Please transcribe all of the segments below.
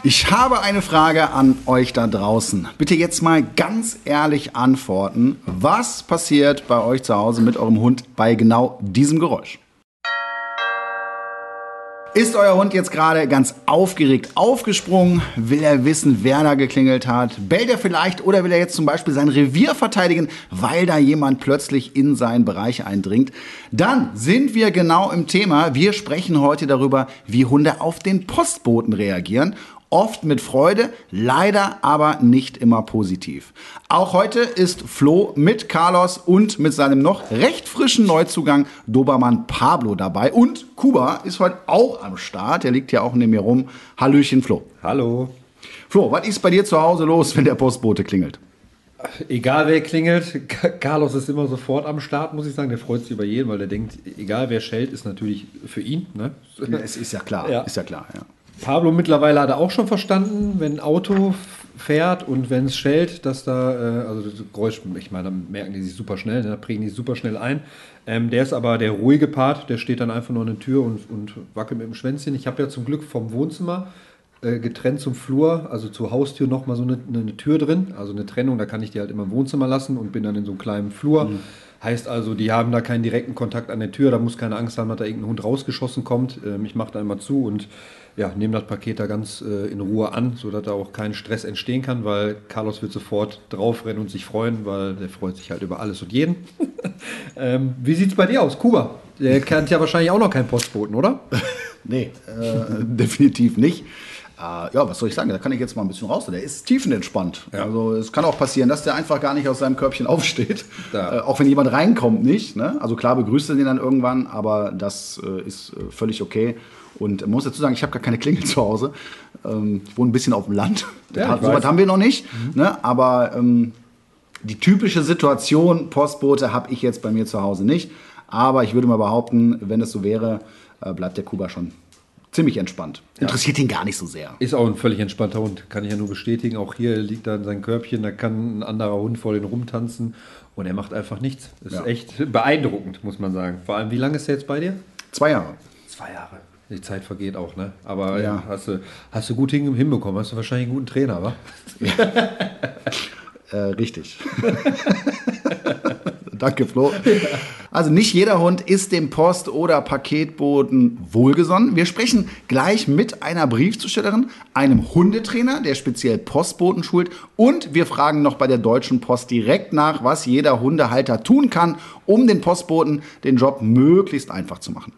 Ich habe eine Frage an euch da draußen. Bitte jetzt mal ganz ehrlich antworten. Was passiert bei euch zu Hause mit eurem Hund bei genau diesem Geräusch? Ist euer Hund jetzt gerade ganz aufgeregt aufgesprungen? Will er wissen, wer da geklingelt hat? Bellt er vielleicht oder will er jetzt zum Beispiel sein Revier verteidigen, weil da jemand plötzlich in seinen Bereich eindringt? Dann sind wir genau im Thema. Wir sprechen heute darüber, wie Hunde auf den Postboten reagieren. Oft mit Freude, leider aber nicht immer positiv. Auch heute ist Flo mit Carlos und mit seinem noch recht frischen Neuzugang Dobermann Pablo dabei. Und Kuba ist heute auch am Start, der liegt ja auch neben mir rum. Hallöchen Flo. Hallo. Flo, was ist bei dir zu Hause los, wenn der Postbote klingelt? Egal wer klingelt, Carlos ist immer sofort am Start, muss ich sagen. Der freut sich über jeden, weil der denkt, egal wer schellt, ist natürlich für ihn. Ne? Ja, es ist ja klar, ja. Ist ja klar, ja. Pablo mittlerweile hat er auch schon verstanden, wenn ein Auto fährt und wenn es schellt, dass da, also das Geräusch, ich meine, da merken die sich super schnell, da prägen die sich super schnell ein. Der ist aber der ruhige Part, der steht dann einfach nur an der Tür und wackelt mit dem Schwänzchen. Ich habe ja zum Glück vom Wohnzimmer getrennt zum Flur, also zur Haustür nochmal so eine Tür drin, also eine Trennung, da kann ich die halt immer im Wohnzimmer lassen und bin dann in so einem kleinen Flur. Heißt also, die haben da keinen direkten Kontakt an der Tür, da muss keine Angst haben, dass da irgendein Hund rausgeschossen kommt. Ich mache da immer zu und ja, nehme das Paket da ganz in Ruhe an, sodass da auch kein Stress entstehen kann, weil Carlos wird sofort draufrennen und sich freuen, weil der freut sich halt über alles und jeden. Wie sieht es bei dir aus, Kuba? Der kennt ja wahrscheinlich auch noch keinen Postboten, oder? Nee, definitiv nicht. Ja, was soll ich sagen? Da kann ich jetzt mal ein bisschen raus. Der ist tiefenentspannt. Ja. Also es kann auch passieren, dass der einfach gar nicht aus seinem Körbchen aufsteht. Ja. Auch wenn jemand reinkommt, nicht. Ne? Also klar begrüßt er den dann irgendwann, aber das ist völlig okay. Und man muss dazu sagen, ich habe gar keine Klingel zu Hause. Ich wohne ein bisschen auf dem Land. Ja, so weit haben wir noch nicht. Ne? Aber die typische Situation, Postbote, habe ich jetzt bei mir zu Hause nicht. Aber ich würde mal behaupten, wenn es so wäre, bleibt der Kuba schon ziemlich entspannt. Interessiert ihn gar nicht so sehr. Ist auch ein völlig entspannter Hund, kann ich ja nur bestätigen. Auch hier liegt er in seinem Körbchen, da kann ein anderer Hund vor den rumtanzen und er macht einfach nichts. Ist echt beeindruckend, muss man sagen. Vor allem, wie lange ist er jetzt bei dir? 2 Jahre. 2 Jahre. Die Zeit vergeht auch, ne? Aber ja. Hast du gut hinbekommen. Hast du wahrscheinlich einen guten Trainer, wa? Ja. Richtig. Danke, Flo. Also nicht jeder Hund ist dem Post- oder Paketboten wohlgesonnen. Wir sprechen gleich mit einer Briefzustellerin, einem Hundetrainer, der speziell Postboten schult. Und wir fragen noch bei der Deutschen Post direkt nach, was jeder Hundehalter tun kann, um den Postboten den Job möglichst einfach zu machen.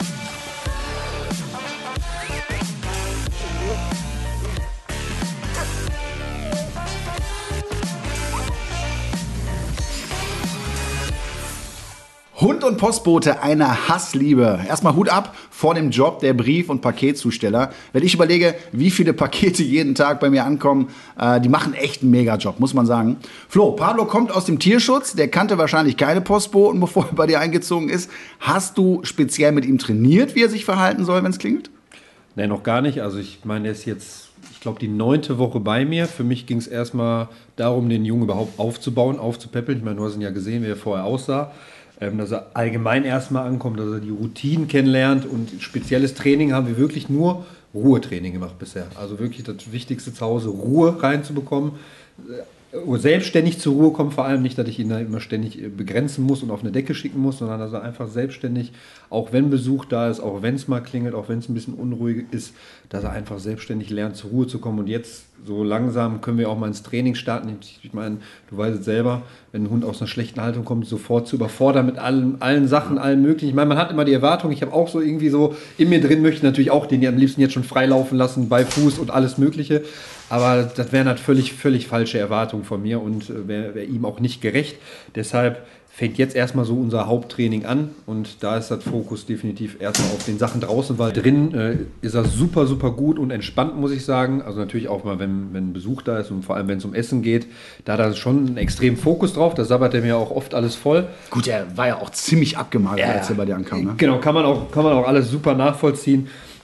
Hund und Postbote, eine Hassliebe. Erstmal Hut ab vor dem Job der Brief- und Paketzusteller. Wenn ich überlege, wie viele Pakete jeden Tag bei mir ankommen, die machen echt einen Mega-Job, muss man sagen. Flo, Pablo kommt aus dem Tierschutz, der kannte wahrscheinlich keine Postboten, bevor er bei dir eingezogen ist. Hast du speziell mit ihm trainiert, wie er sich verhalten soll, wenn es klingelt? Nee, noch gar nicht. Also ich meine, er ist jetzt, ich glaube, die 9. Woche bei mir. Für mich ging es erstmal darum, den Jungen überhaupt aufzubauen, aufzupäppeln. Ich meine, du hast ihn ja gesehen, wie er vorher aussah. Dass er allgemein erstmal ankommt, dass er die Routinen kennenlernt und spezielles Training haben wir wirklich nur Ruhetraining gemacht bisher. Also wirklich das Wichtigste zu Hause, Ruhe reinzubekommen, selbstständig zur Ruhe kommen, vor allem nicht, dass ich ihn da immer ständig begrenzen muss und auf eine Decke schicken muss, sondern dass er einfach selbstständig, auch wenn Besuch da ist, auch wenn es mal klingelt, auch wenn es ein bisschen unruhig ist, dass er einfach selbstständig lernt, zur Ruhe zu kommen. Und jetzt so langsam können wir auch mal ins Training starten. Ich meine, du weißt es selber, wenn ein Hund aus einer schlechten Haltung kommt, sofort zu überfordern mit allen Sachen, allen möglichen. Ich meine, man hat immer die Erwartung, ich habe auch so irgendwie so in mir drin, möchte natürlich auch den am liebsten jetzt schon freilaufen lassen, bei Fuß und alles Mögliche. Aber das wären halt völlig falsche Erwartungen von mir und wäre ihm auch nicht gerecht. Deshalb fängt jetzt erstmal so unser Haupttraining an und da ist das Fokus definitiv erstmal auf den Sachen draußen, weil drin ist er super gut und entspannt, muss ich sagen. Also natürlich auch mal, wenn Besuch da ist und vor allem, wenn es um Essen geht, da hat er schon einen extremen Fokus drauf. Da sabbert er mir auch oft alles voll. Gut, er war ja auch ziemlich abgemagert, als er bei dir ankam. Ne? Genau, kann man auch alles super nachvollziehen.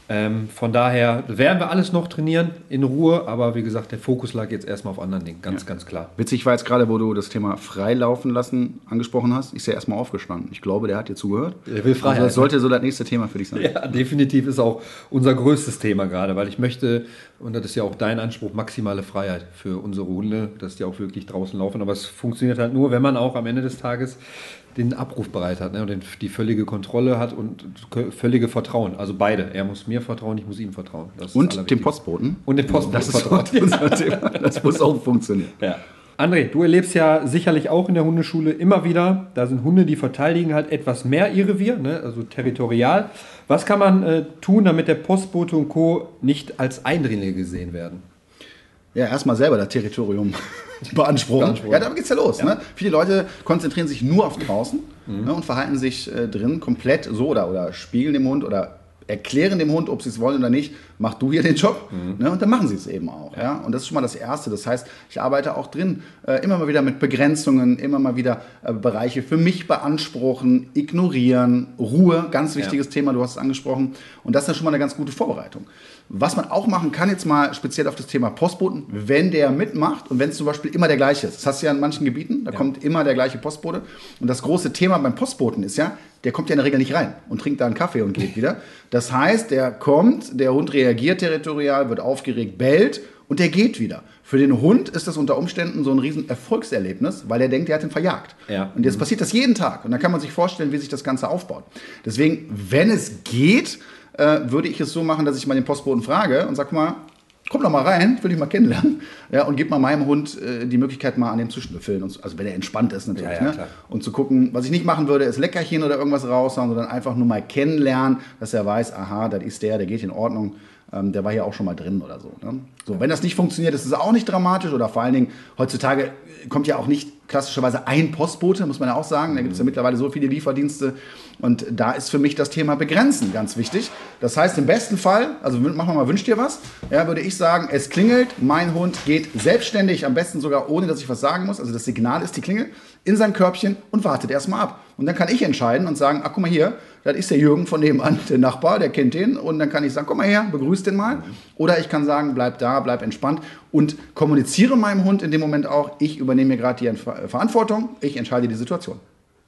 Von daher werden wir alles noch trainieren in Ruhe, aber wie gesagt, der Fokus lag jetzt erstmal auf anderen Dingen, ganz klar. Witzig war jetzt gerade, wo du das Thema freilaufen lassen angesprochen hast, ist ja erstmal aufgestanden. Ich glaube, der hat dir zugehört. Er will Freiheit. Also das sollte so das nächste Thema für dich sein. Ja, definitiv ist auch unser größtes Thema gerade, weil ich möchte, und das ist ja auch dein Anspruch, maximale Freiheit für unsere Hunde, dass die auch wirklich draußen laufen. Aber es funktioniert halt nur, wenn man auch am Ende des Tages den Abruf bereit hat, ne, und die völlige Kontrolle hat und völlige Vertrauen. Also beide. Er muss mir vertrauen, ich muss ihm vertrauen. Und dem Postboten. Und dem Postboten. Das ist unser Thema. Das muss auch funktionieren. Ja. André, du erlebst ja sicherlich auch in der Hundeschule immer wieder, da sind Hunde, die verteidigen halt etwas mehr ihr Revier, ne, also territorial. Was kann man tun, damit der Postbote und Co. nicht als Eindringlinge gesehen werden? Ja, erstmal selber das Territorium beanspruchen. Ja, damit geht's ja los. Ja. Ne? Viele Leute konzentrieren sich nur auf draußen, ne, und verhalten sich drin komplett so oder spiegeln dem Hund oder erklären dem Hund, ob sie es wollen oder nicht, mach du hier den Job. Ne, und dann machen sie es eben auch. Ja. Und das ist schon mal das Erste. Das heißt, ich arbeite auch drin immer mal wieder mit Begrenzungen, immer mal wieder Bereiche für mich beanspruchen, ignorieren, Ruhe, ganz wichtiges Thema, du hast es angesprochen. Und das ist ja schon mal eine ganz gute Vorbereitung. Was man auch machen kann, jetzt mal speziell auf das Thema Postboten, wenn der mitmacht und wenn es zum Beispiel immer der gleiche ist. Das hast du ja in manchen Gebieten, da kommt immer der gleiche Postbote. Und das große Thema beim Postboten ist ja, der kommt ja in der Regel nicht rein und trinkt da einen Kaffee und geht wieder. Das heißt, der kommt, der Hund reagiert territorial, wird aufgeregt, bellt und der geht wieder. Für den Hund ist das unter Umständen so ein riesen Erfolgserlebnis, weil er denkt, er hat ihn verjagt. Ja. Und jetzt passiert das jeden Tag. Und dann kann man sich vorstellen, wie sich das Ganze aufbaut. Deswegen, wenn es geht, würde ich es so machen, dass ich mal den Postboten frage und sage mal, komm doch mal rein, ich will dich mal kennenlernen. Ja, und gib mal meinem Hund die Möglichkeit, mal an dem Zwischenbefehlen. Also wenn er entspannt ist natürlich. Ja, ne? Und zu gucken, was ich nicht machen würde, ist Leckerchen oder irgendwas raushauen, sondern einfach nur mal kennenlernen, dass er weiß, aha, das ist der geht in Ordnung. Der war hier auch schon mal drin oder so. Ne? So, wenn das nicht funktioniert, ist es auch nicht dramatisch. Oder vor allen Dingen, heutzutage kommt ja auch nicht klassischerweise ein Postbote, muss man ja auch sagen. Da gibt es ja mittlerweile so viele Lieferdienste. Und da ist für mich das Thema Begrenzen ganz wichtig. Das heißt, im besten Fall, also machen wir mal, wünsch dir was, ja, würde ich sagen, es klingelt, mein Hund geht selbstständig, am besten sogar ohne, dass ich was sagen muss. Also das Signal ist die Klingel in sein Körbchen und wartet erstmal ab. Und dann kann ich entscheiden und sagen, ach guck mal hier, das ist der Jürgen von nebenan, der Nachbar, der kennt den. Und dann kann ich sagen, komm mal her, begrüß den mal. Oder ich kann sagen, bleib da, bleib entspannt und kommuniziere meinem Hund in dem Moment auch, ich übernehme mir gerade die Verantwortung, ich entscheide die Situation.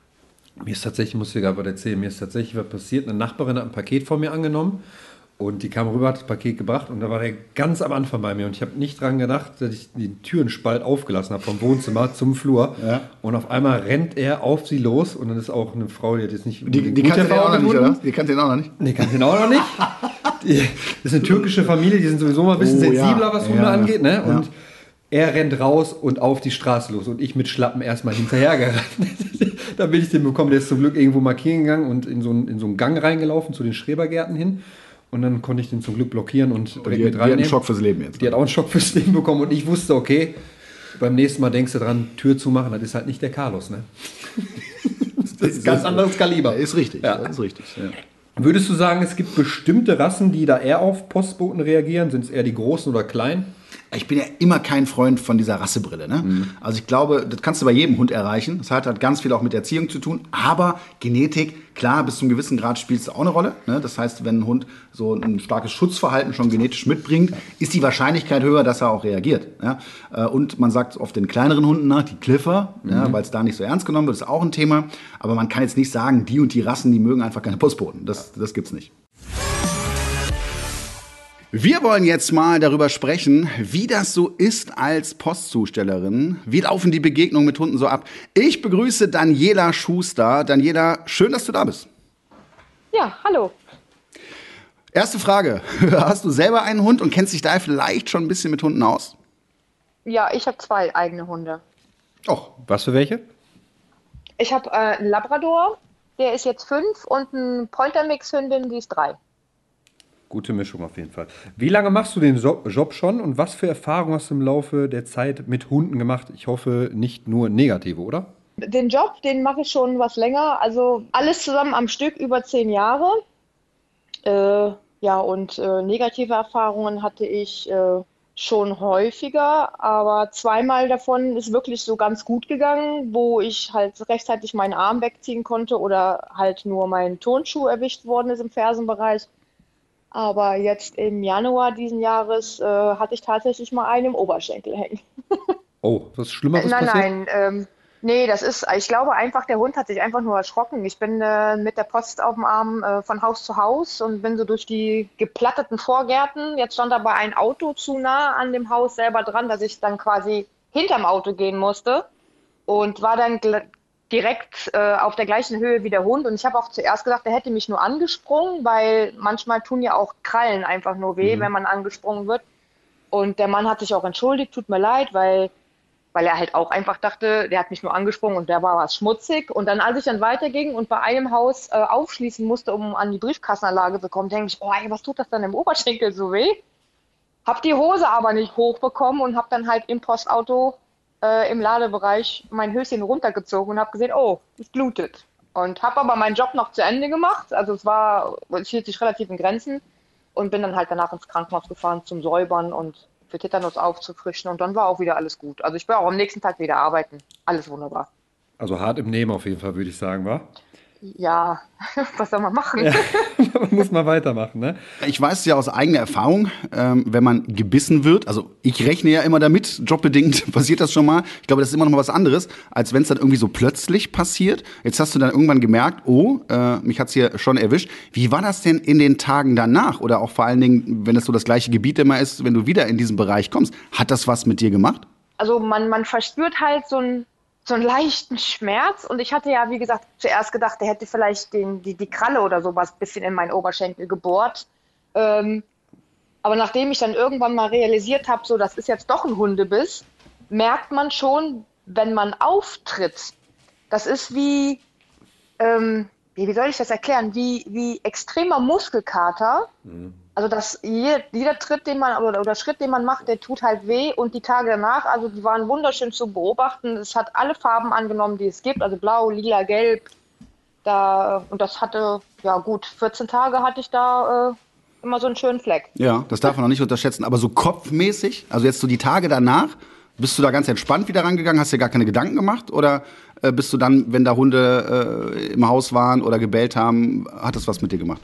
Mir ist tatsächlich, muss ich dir gerade was erzählen, mir ist tatsächlich was passiert. Eine Nachbarin hat ein Paket von mir angenommen und die kam rüber, hat das Paket gebracht und da war der ganz am Anfang bei mir und ich habe nicht dran gedacht, dass ich den Türenspalt aufgelassen habe vom Wohnzimmer zum Flur, ja. Und auf einmal rennt er auf sie los und dann ist auch eine Frau, die hat jetzt nicht... Die kannte den auch noch nicht, oder? Die kannte den auch noch nicht? Nee, kannte den auch noch nicht. Das ist eine türkische Familie, die sind sowieso mal ein bisschen sensibler, was Hunde angeht, ne? Und er rennt raus und auf die Straße los und ich mit Schlappen erstmal hinterhergerannt. Da bin ich den bekommen, der ist zum Glück irgendwo markieren gegangen und in so einen Gang reingelaufen, zu den Schrebergärten hin. Und dann konnte ich den zum Glück blockieren und direkt mit reinnehmen. Die hat einen Schock fürs Leben jetzt. Die hat auch einen Schock fürs Leben bekommen und ich wusste, okay, beim nächsten Mal denkst du dran, Tür zumachen, das ist halt nicht der Carlos, ne? Das ist ein ganz anderes Kaliber. Ist richtig, ja. Das ist richtig. Ja. Würdest du sagen, es gibt bestimmte Rassen, die da eher auf Postboten reagieren? Sind es eher die großen oder kleinen? Ich bin ja immer kein Freund von dieser Rassebrille. Ne? Also ich glaube, das kannst du bei jedem Hund erreichen. Das hat halt ganz viel auch mit Erziehung zu tun. Aber Genetik, klar, bis zu einem gewissen Grad spielt es auch eine Rolle. Ne? Das heißt, wenn ein Hund so ein starkes Schutzverhalten schon genetisch mitbringt, ist die Wahrscheinlichkeit höher, dass er auch reagiert. Ja? Und man sagt oft den kleineren Hunden nach, die Cliffer, ja, weil es da nicht so ernst genommen wird, ist auch ein Thema. Aber man kann jetzt nicht sagen, die und die Rassen, die mögen einfach keine Postboten. Das gibt's nicht. Wir wollen jetzt mal darüber sprechen, wie das so ist als Postzustellerin. Wie laufen die Begegnungen mit Hunden so ab? Ich begrüße Daniela Schuster. Daniela, schön, dass du da bist. Ja, hallo. Erste Frage. Hast du selber einen Hund und kennst dich da vielleicht schon ein bisschen mit Hunden aus? Ja, ich habe 2 eigene Hunde. Och, was für welche? Ich habe einen Labrador, der ist jetzt 5 und einen Pointer-Mix-Hündin, die ist 3. Gute Mischung auf jeden Fall. Wie lange machst du den Job schon und was für Erfahrungen hast du im Laufe der Zeit mit Hunden gemacht? Ich hoffe, nicht nur negative, oder? Den Job, den mache ich schon was länger. Also alles zusammen am Stück über 10 Jahre. Negative Erfahrungen hatte ich schon häufiger, aber 2-mal davon ist wirklich so ganz gut gegangen, wo ich halt rechtzeitig meinen Arm wegziehen konnte oder halt nur mein Turnschuh erwischt worden ist im Fersenbereich. Aber jetzt im Januar diesen Jahres hatte ich tatsächlich mal einen im Oberschenkel hängen. Oh, was Schlimmeres Nein, passiert? nein, nee, ich glaube einfach, der Hund hat sich einfach nur erschrocken. Ich bin mit der Post auf dem Arm von Haus zu Haus und bin so durch die geplatteten Vorgärten. Jetzt stand aber ein Auto zu nah an dem Haus selber dran, dass ich dann quasi hinterm Auto gehen musste und war dann direkt auf der gleichen Höhe wie der Hund. Und ich habe auch zuerst gedacht, er hätte mich nur angesprungen, weil manchmal tun ja auch Krallen einfach nur weh, wenn man angesprungen wird. Und der Mann hat sich auch entschuldigt, tut mir leid, weil er halt auch einfach dachte, der hat mich nur angesprungen und der war was schmutzig. Und dann, als ich dann weiterging und bei einem Haus aufschließen musste, um an die Briefkassenanlage zu kommen, denke ich, oh, ey, was tut das dann im Oberschenkel so weh? Hab die Hose aber nicht hochbekommen und hab dann halt im Postauto im Ladebereich mein Höschen runtergezogen und hab gesehen, oh, es blutet. Und hab aber meinen Job noch zu Ende gemacht. Also es hielt sich relativ in Grenzen und bin dann halt danach ins Krankenhaus gefahren zum Säubern und für Tetanus aufzufrischen und dann war auch wieder alles gut. Also ich bin auch am nächsten Tag wieder arbeiten. Alles wunderbar. Also hart im Nehmen auf jeden Fall, würde ich sagen, wa? Ja, was soll man machen? Ja, muss man weitermachen, ne? Ich weiß ja aus eigener Erfahrung, wenn man gebissen wird, also ich rechne ja immer damit, jobbedingt passiert das schon mal. Ich glaube, das ist immer noch mal was anderes, als wenn es dann irgendwie so plötzlich passiert. Jetzt hast du dann irgendwann gemerkt, oh, mich hat's hier schon erwischt. Wie war das denn in den Tagen danach? Oder auch vor allen Dingen, wenn es so das gleiche Gebiet immer ist, wenn du wieder in diesen Bereich kommst. Hat das was mit dir gemacht? Also man verspürt halt so einen leichten Schmerz und ich hatte ja, wie gesagt, zuerst gedacht, der hätte vielleicht die Kralle oder sowas ein bisschen in meinen Oberschenkel gebohrt. Ähm, aber nachdem ich dann irgendwann mal realisiert habe, so, das ist jetzt doch ein Hundebiss, merkt man schon, wenn man auftritt, das ist wie soll ich das erklären, wie extremer Muskelkater. Also jeder Tritt, oder Schritt, den man macht, der tut halt weh und die Tage danach, also die waren wunderschön zu beobachten. Es hat alle Farben angenommen, die es gibt, also blau, lila, gelb. Und das hatte, ja gut, 14 Tage hatte ich da immer so einen schönen Fleck. Ja, das darf man noch nicht unterschätzen. Aber so kopfmäßig, also jetzt so die Tage danach, bist du da ganz entspannt wieder rangegangen, hast dir gar keine Gedanken gemacht? Oder bist du dann, wenn da Hunde im Haus waren oder gebellt haben, hat das was mit dir gemacht?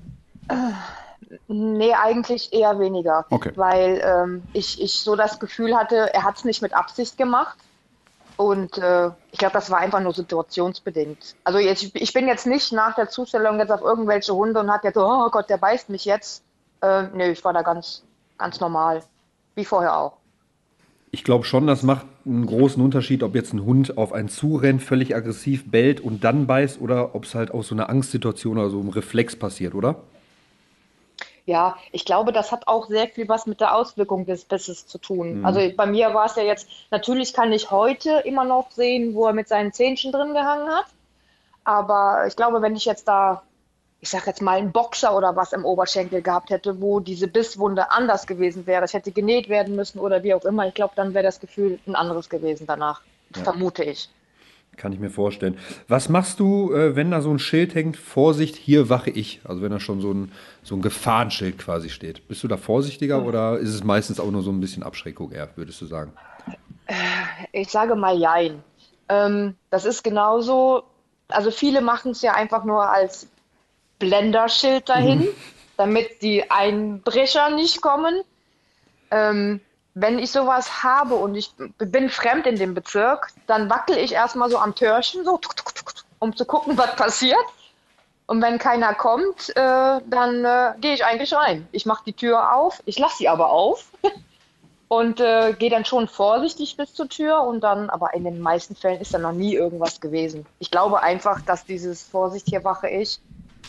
Nee, eigentlich eher weniger, Okay. weil ich so das Gefühl hatte, er hat es nicht mit Absicht gemacht und ich glaube, das war einfach nur situationsbedingt. Also ich bin jetzt nicht nach der Zustellung jetzt auf irgendwelche Hunde und hat jetzt so, oh Gott, der beißt mich jetzt. Nee, ich war da ganz, ganz normal, wie vorher auch. Ich glaube schon, das macht einen großen Unterschied, ob jetzt ein Hund auf einen zurennt, völlig aggressiv bellt und dann beißt oder ob es halt aus so einer Angstsituation oder so einem Reflex passiert, oder? Ja, ich glaube, das hat auch sehr viel was mit der Auswirkung des Bisses zu tun. Also bei mir war es ja jetzt, natürlich kann ich heute immer noch sehen, wo er mit seinen Zähnchen drin gehangen hat. Aber ich glaube, wenn ich jetzt da, ich sag jetzt mal, einen Boxer oder was im Oberschenkel gehabt hätte, wo diese Bisswunde anders gewesen wäre, ich hätte genäht werden müssen oder wie auch immer, ich glaube, dann wäre das Gefühl ein anderes gewesen danach. Vermute ich. Kann ich mir vorstellen. Was machst du, wenn da so ein Schild hängt, Vorsicht, hier wache ich? Also wenn da schon so ein Gefahrenschild quasi steht. Bist du da vorsichtiger oder ist es meistens auch nur so ein bisschen Abschreckung eher, würdest du sagen? Ich sage mal jein. Das ist genauso, also viele machen es ja einfach nur als Blenderschild dahin, damit die Einbrecher nicht kommen. Wenn ich sowas habe und ich bin fremd in dem Bezirk, dann wackel ich erstmal so am Türchen, so, tuk, tuk, tuk, um zu gucken, was passiert. Und wenn keiner kommt, dann gehe ich eigentlich rein. Ich mache die Tür auf, ich lasse sie aber auf und gehe dann schon vorsichtig bis zur Tür und dann, aber in den meisten Fällen ist dann noch nie irgendwas gewesen. Ich glaube einfach, dass dieses Vorsicht, hier wache ich,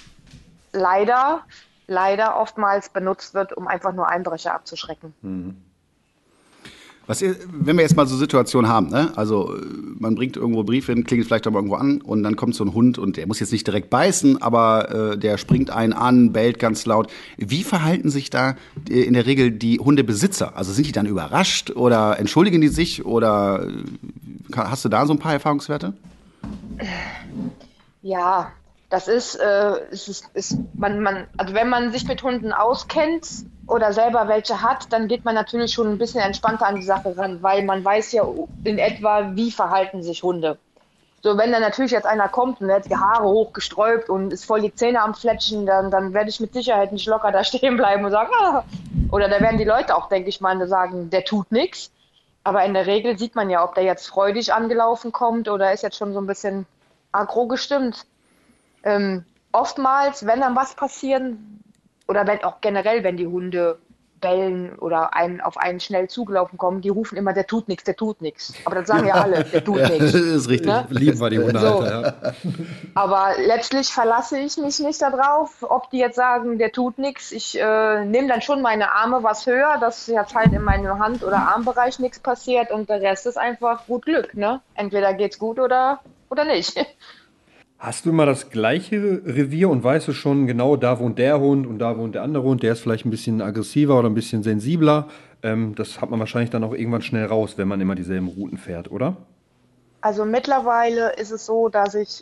leider oftmals benutzt wird, um einfach nur Einbrecher abzuschrecken. Wenn wir jetzt mal so Situationen haben, ne? Also man bringt irgendwo einen Brief hin, klingelt vielleicht auch mal irgendwo an und dann kommt so ein Hund und der muss jetzt nicht direkt beißen, aber der springt einen an, bellt ganz laut. Wie verhalten sich da in der Regel die Hundebesitzer? Also sind die dann überrascht oder entschuldigen die sich oder hast du da so ein paar Erfahrungswerte? Ja, das ist, also wenn man sich mit Hunden auskennt oder selber welche hat, dann geht man natürlich schon ein bisschen entspannter an die Sache ran, weil man weiß ja in etwa, wie verhalten sich Hunde. So, wenn dann natürlich jetzt einer kommt und der hat die Haare hochgesträubt und ist voll die Zähne am Fletschen, dann werde ich mit Sicherheit nicht locker da stehen bleiben und sagen, ah. Oder da werden die Leute auch, denke ich mal, sagen, der tut nichts. Aber in der Regel sieht man ja, ob der jetzt freudig angelaufen kommt oder ist jetzt schon so ein bisschen aggro gestimmt. Oftmals, wenn dann was passieren, oder wenn auch generell, wenn die Hunde bellen oder auf einen schnell zugelaufen kommen, die rufen immer, der tut nichts, der tut nichts. Aber das sagen ja alle, der tut nichts. Das ist richtig. Ne? Lieben wir die Hundehalter, ja. Aber letztlich verlasse ich mich nicht darauf, ob die jetzt sagen, der tut nichts. Ich nehme dann schon meine Arme was höher, dass jetzt halt in meinem Hand- oder Armbereich nichts passiert und der Rest ist einfach gut Glück. Ne? Entweder geht's gut oder nicht. Hast du immer das gleiche Revier und weißt du schon genau, da wohnt der Hund und da wohnt der andere Hund, der ist vielleicht ein bisschen aggressiver oder ein bisschen sensibler. Das hat man wahrscheinlich dann auch irgendwann schnell raus, wenn man immer dieselben Routen fährt, oder? Also mittlerweile ist es so, dass ich,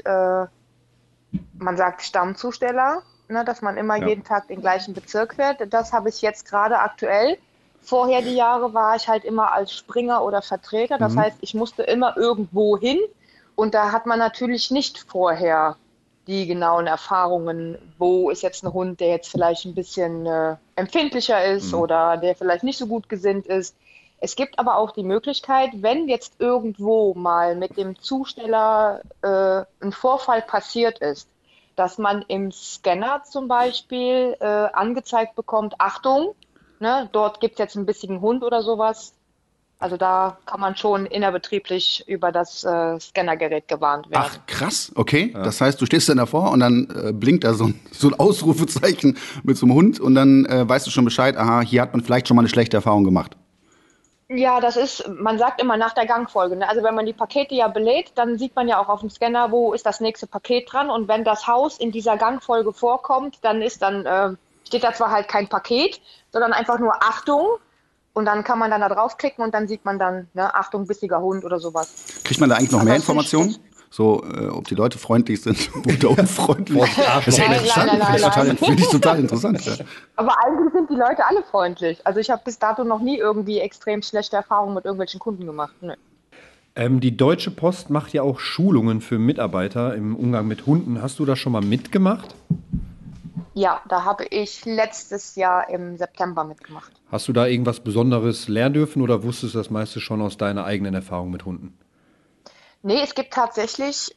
man sagt Stammzusteller, ne, dass man immer jeden Tag den gleichen Bezirk fährt. Das habe ich jetzt gerade aktuell. Vorher die Jahre war ich halt immer als Springer oder Vertreter. Das heißt, ich musste immer irgendwo hin. Und da hat man natürlich nicht vorher die genauen Erfahrungen, wo ist jetzt ein Hund, der jetzt vielleicht ein bisschen empfindlicher ist oder der vielleicht nicht so gut gesinnt ist. Es gibt aber auch die Möglichkeit, wenn jetzt irgendwo mal mit dem Zusteller ein Vorfall passiert ist, dass man im Scanner zum Beispiel angezeigt bekommt, Achtung, ne, dort gibt es jetzt einen bissigen Hund oder sowas. Also da kann man schon innerbetrieblich über das Scannergerät gewarnt werden. Ach, krass, okay. Ja. Das heißt, du stehst dann davor und dann blinkt da so ein Ausrufezeichen mit so einem Hund und dann weißt du schon Bescheid, aha, hier hat man vielleicht schon mal eine schlechte Erfahrung gemacht. Ja, man sagt immer nach der Gangfolge. Ne? Also wenn man die Pakete ja belädt, dann sieht man ja auch auf dem Scanner, wo ist das nächste Paket dran. Und wenn das Haus in dieser Gangfolge vorkommt, dann steht da zwar halt kein Paket, sondern einfach nur Achtung. Und dann kann man dann da draufklicken und dann sieht man dann, ne, Achtung, bissiger Hund oder sowas. Kriegt man da eigentlich noch mehr Informationen? So, ob die Leute freundlich sind oder unfreundlich? Das ist ja interessant. Finde ich total interessant. Ja. Aber eigentlich sind die Leute alle freundlich. Also ich habe bis dato noch nie irgendwie extrem schlechte Erfahrungen mit irgendwelchen Kunden gemacht. Ne. Die Deutsche Post macht ja auch Schulungen für Mitarbeiter im Umgang mit Hunden. Hast du das schon mal mitgemacht? Ja, da habe ich letztes Jahr im September mitgemacht. Hast du da irgendwas Besonderes lernen dürfen oder wusstest du das meiste schon aus deiner eigenen Erfahrung mit Hunden? Nee, es gibt tatsächlich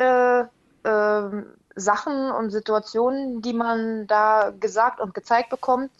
Sachen und Situationen, die man da gesagt und gezeigt bekommt,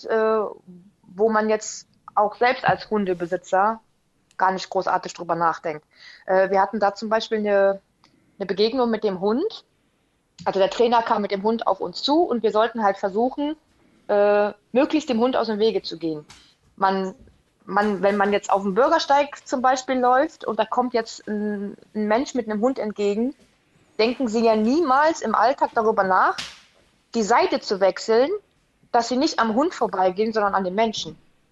wo man jetzt auch selbst als Hundebesitzer gar nicht großartig drüber nachdenkt. Wir hatten da zum Beispiel eine Begegnung mit dem Hund. Also der Trainer kam mit dem Hund auf uns zu und wir sollten halt versuchen, möglichst dem Hund aus dem Wege zu gehen. Wenn man jetzt auf dem Bürgersteig zum Beispiel läuft und da kommt jetzt ein Mensch mit einem Hund entgegen, denken Sie ja niemals im Alltag darüber nach, die Seite zu wechseln, dass Sie nicht am Hund vorbeigehen, sondern an den Menschen.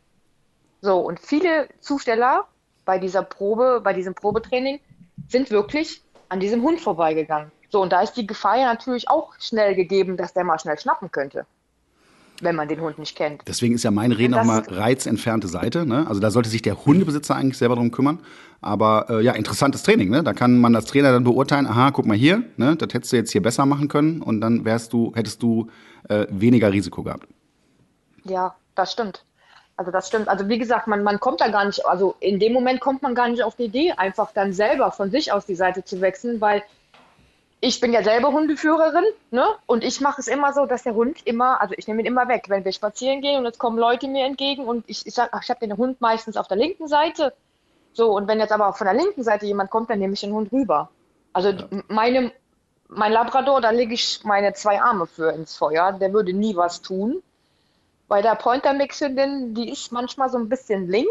So, und viele Zusteller bei diesem Probetraining sind wirklich an diesem Hund vorbeigegangen. So, und da ist die Gefahr ja natürlich auch schnell gegeben, dass der mal schnell schnappen könnte, wenn man den Hund nicht kennt. Deswegen ist ja mein Reden auch mal reizentfernte Seite. Ne? Also da sollte sich der Hundebesitzer eigentlich selber drum kümmern. Aber ja, interessantes Training. Ne? Da kann man als Trainer dann beurteilen, aha, guck mal hier, ne? Das hättest du jetzt hier besser machen können und dann hättest du weniger Risiko gehabt. Ja, das stimmt. Also das stimmt. Also wie gesagt, man kommt da gar nicht, also in dem Moment kommt man gar nicht auf die Idee, einfach dann selber von sich aus die Seite zu wechseln, weil ich bin ja selber Hundeführerin, ne? Und ich mache es immer so, dass der Hund ich nehme ihn immer weg, wenn wir spazieren gehen und jetzt kommen Leute mir entgegen und ich sage, ich habe den Hund meistens auf der linken Seite. So, und wenn jetzt aber auch von der linken Seite jemand kommt, dann nehme ich den Hund rüber. Also ja. Mein Labrador, da lege ich meine 2 Arme für ins Feuer, der würde nie was tun. Bei der Pointer-Mixhündin, die ist manchmal so ein bisschen link,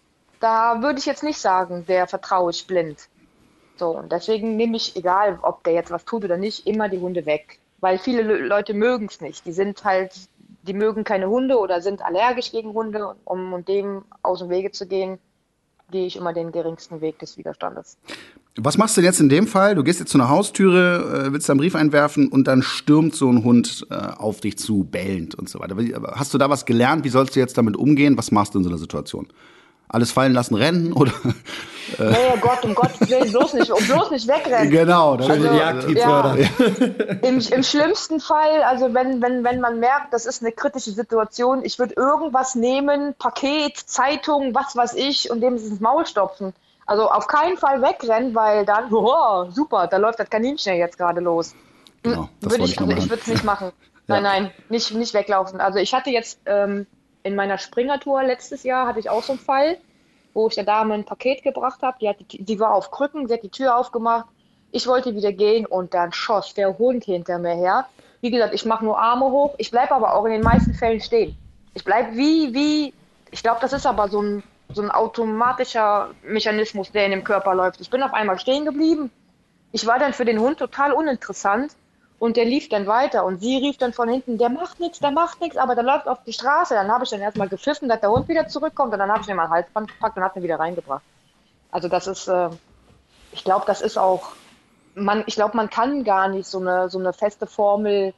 da würde ich jetzt nicht sagen, der vertraue ich blind. So, und deswegen nehme ich, egal ob der jetzt was tut oder nicht, immer die Hunde weg. Weil viele Leute mögen es nicht. Die mögen keine Hunde oder sind allergisch gegen Hunde. Um dem aus dem Wege zu gehen, gehe ich immer den geringsten Weg des Widerstandes. Was machst du denn jetzt in dem Fall? Du gehst jetzt zu einer Haustüre, willst da einen Brief einwerfen und dann stürmt so ein Hund auf dich zu, bellend und so weiter. Hast du da was gelernt? Wie sollst du jetzt damit umgehen? Was machst du in so einer Situation? alles fallen lassen, rennen oder? Nee, Gott, um Gottes Willen, bloß nicht wegrennen. Genau. Schön den Jagdtrieb fördern. Im schlimmsten Fall, also wenn man merkt, das ist eine kritische Situation, ich würde irgendwas nehmen, Paket, Zeitung, was weiß ich, und dem ins Maul stopfen. Also auf keinen Fall wegrennen, weil dann, oh, super, da läuft das Kaninchen jetzt gerade los. Genau, das wollte ich noch machen. Ich würde es nicht machen. Nein, nicht weglaufen. Also ich hatte jetzt in meiner Springertour letztes Jahr hatte ich auch so einen Fall, wo ich der Dame ein Paket gebracht habe. Die war auf Krücken, sie hat die Tür aufgemacht. Ich wollte wieder gehen und dann schoss der Hund hinter mir her. Wie gesagt, ich mache nur Arme hoch. Ich bleibe aber auch in den meisten Fällen stehen. Ich bleibe ich glaube, das ist aber so ein automatischer Mechanismus, der in dem Körper läuft. Ich bin auf einmal stehen geblieben. Ich war dann für den Hund total uninteressant und der lief dann weiter und sie rief dann von hinten, der macht nichts, aber der läuft auf die Straße. Dann habe ich dann erstmal gepfiffen, dass der Hund wieder zurückkommt und dann habe ich ihn mal Halsband gepackt und habe ihn wieder reingebracht. Also das ist, ich glaube, das ist auch, ich glaube, man kann gar nicht so eine feste Formel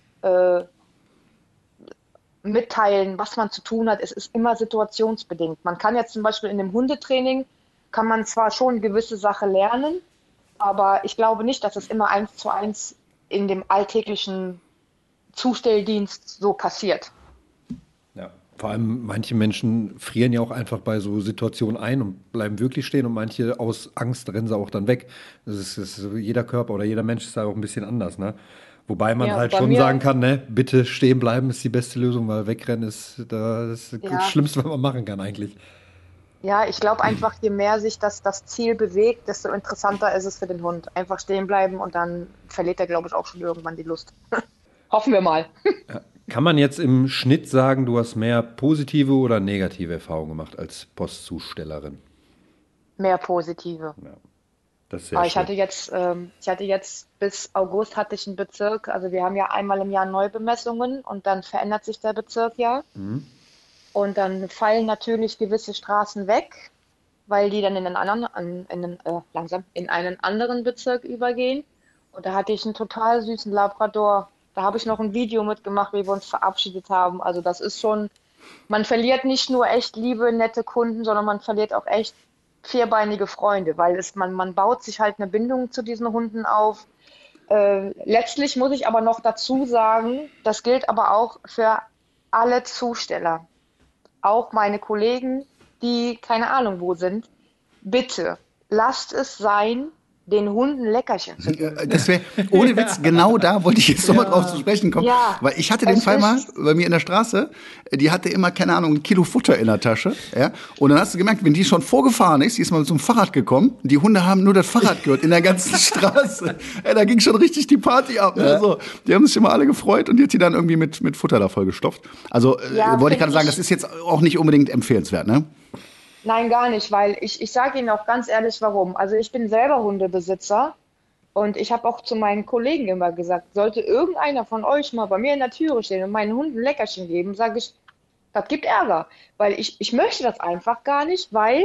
mitteilen, was man zu tun hat. Es ist immer situationsbedingt. Man kann jetzt zum Beispiel in dem Hundetraining, kann man zwar schon gewisse Sachen lernen, aber ich glaube nicht, dass es immer 1:1 in dem alltäglichen Zustelldienst so passiert. Ja, vor allem manche Menschen frieren ja auch einfach bei so Situationen ein und bleiben wirklich stehen und manche aus Angst rennen sie auch dann weg. Das ist jeder Körper oder jeder Mensch ist da auch ein bisschen anders, ne? Wobei man halt schon sagen kann, ne, bitte stehen bleiben ist die beste Lösung, weil wegrennen ist das Schlimmste, was man machen kann eigentlich. Ja, ich glaube einfach, je mehr sich das Ziel bewegt, desto interessanter ist es für den Hund. Einfach stehen bleiben und dann verliert er, glaube ich, auch schon irgendwann die Lust. Hoffen wir mal. Kann man jetzt im Schnitt sagen, du hast mehr positive oder negative Erfahrungen gemacht als Postzustellerin? Mehr positive. Ja, das ist sehr Aber schön. ich hatte jetzt bis August hatte ich einen Bezirk. Also wir haben ja einmal im Jahr Neubemessungen und dann verändert sich der Bezirk ja. Mhm. Und dann fallen natürlich gewisse Straßen weg, weil die dann in einen anderen Bezirk übergehen. Und da hatte ich einen total süßen Labrador. Da habe ich noch ein Video mitgemacht, wie wir uns verabschiedet haben. Also das ist schon, man verliert nicht nur echt liebe, nette Kunden, sondern man verliert auch echt vierbeinige Freunde, weil man baut sich halt eine Bindung zu diesen Hunden auf. Letztlich muss ich aber noch dazu sagen, das gilt aber auch für alle Zusteller. Auch meine Kollegen, die keine Ahnung wo sind, bitte lasst es sein, den Hunden Leckerchen zu geben. Das wäre, ohne Witz, genau da wollte ich jetzt nochmal drauf zu sprechen kommen. Ja, Weil ich hatte den Fall mal bei mir in der Straße, die hatte immer, keine Ahnung, 1 Kilo Futter in der Tasche. Ja? Und dann hast du gemerkt, wenn die schon vorgefahren ist, die ist mal mit so einem Fahrrad gekommen, die Hunde haben nur das Fahrrad gehört in der ganzen Straße. Ja, da ging schon richtig die Party ab. Ne? So, die haben sich immer alle gefreut und die hat die dann irgendwie mit Futter da voll gestopft. Also wollte ich gerade sagen, das ist jetzt auch nicht unbedingt empfehlenswert, ne? Nein, gar nicht, weil ich sage Ihnen auch ganz ehrlich, warum. Also ich bin selber Hundebesitzer und ich habe auch zu meinen Kollegen immer gesagt, sollte irgendeiner von euch mal bei mir in der Türe stehen und meinen Hunden ein Leckerchen geben, sage ich, das gibt Ärger. Weil ich möchte das einfach gar nicht, weil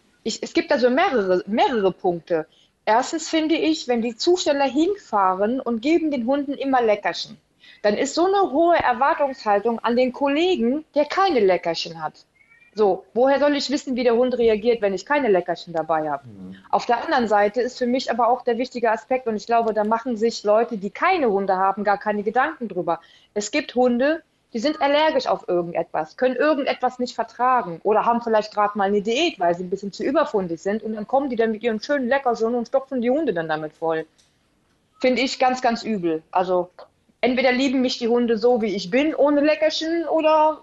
es gibt also mehrere Punkte. Erstens finde ich, wenn die Zusteller hinfahren und geben den Hunden immer Leckerchen, dann ist so eine hohe Erwartungshaltung an den Kollegen, der keine Leckerchen hat. So, woher soll ich wissen, wie der Hund reagiert, wenn ich keine Leckerchen dabei habe? Auf der anderen Seite ist für mich aber auch der wichtige Aspekt, und ich glaube, da machen sich Leute, die keine Hunde haben, gar keine Gedanken drüber. Es gibt Hunde, die sind allergisch auf irgendetwas, können irgendetwas nicht vertragen oder haben vielleicht gerade mal eine Diät, weil sie ein bisschen zu überfundig sind, und dann kommen die dann mit ihren schönen Leckerchen und stopfen die Hunde dann damit voll. Finde ich ganz, ganz übel. Also entweder lieben mich die Hunde so, wie ich bin, ohne Leckerchen, oder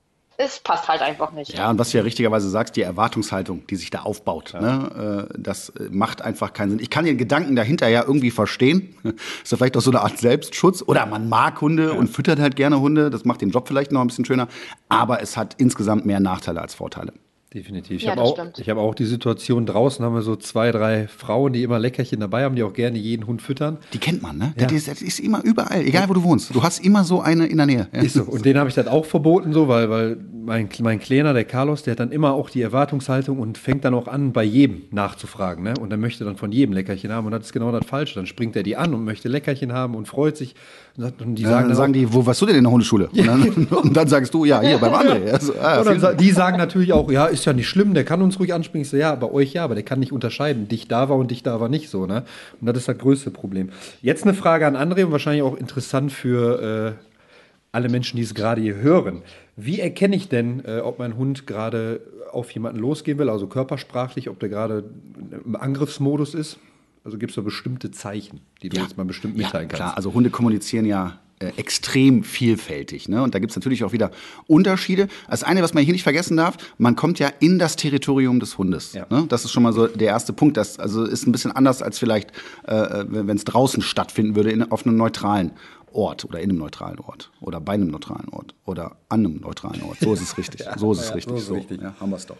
es passt halt einfach nicht. Ja, und was du ja richtigerweise sagst, die Erwartungshaltung, die sich da aufbaut, ne, das macht einfach keinen Sinn. Ich kann den Gedanken dahinter ja irgendwie verstehen. Ist ja vielleicht auch so eine Art Selbstschutz. Oder man mag Hunde und füttert halt gerne Hunde. Das macht den Job vielleicht noch ein bisschen schöner. Aber es hat insgesamt mehr Nachteile als Vorteile. Definitiv. Ja, Ich habe auch die Situation, draußen haben wir so 2, 3 Frauen, die immer Leckerchen dabei haben, die auch gerne jeden Hund füttern. Die kennt man, ne? Ja. Das ist immer überall, egal wo du wohnst. Du hast immer so eine in der Nähe. Ja. Ist so. Und den habe ich dann auch verboten, so, weil mein Kleiner, der Carlos, der hat dann immer auch die Erwartungshaltung und fängt dann auch an, bei jedem nachzufragen. Ne? Und dann möchte dann von jedem Leckerchen haben. Und das ist genau das Falsche. Dann springt er die an und möchte Leckerchen haben und freut sich. Und die sagen dann die, wo warst du denn in der Hundeschule? Und dann sagst du, ja, hier beim André. Also, und dann, die sagen natürlich auch, ja, ist ja nicht schlimm, der kann uns ruhig anspringen. Ich so, ja, bei euch ja, aber der kann nicht unterscheiden. Dich da war und dich da war nicht so. Ne? Und das ist das größte Problem. Jetzt eine Frage an André und wahrscheinlich auch interessant für alle Menschen, die es gerade hier hören. Wie erkenne ich denn, ob mein Hund gerade auf jemanden losgehen will, also körpersprachlich, ob der gerade im Angriffsmodus ist? Also gibt es da bestimmte Zeichen, die du jetzt mal bestimmt mitteilen kannst? Klar, also Hunde kommunizieren ja extrem vielfältig. Ne? Und da gibt es natürlich auch wieder Unterschiede. Das eine, was man hier nicht vergessen darf, man kommt ja in das Territorium des Hundes. Ja. Ne? Das ist schon mal so der erste Punkt. Das also ist ein bisschen anders als vielleicht, wenn es draußen stattfinden würde, auf einem neutralen Ort oder in einem neutralen Ort oder bei einem neutralen Ort oder an einem neutralen Ort. So ist es richtig. So ist es richtig. Ja, haben wir es doch.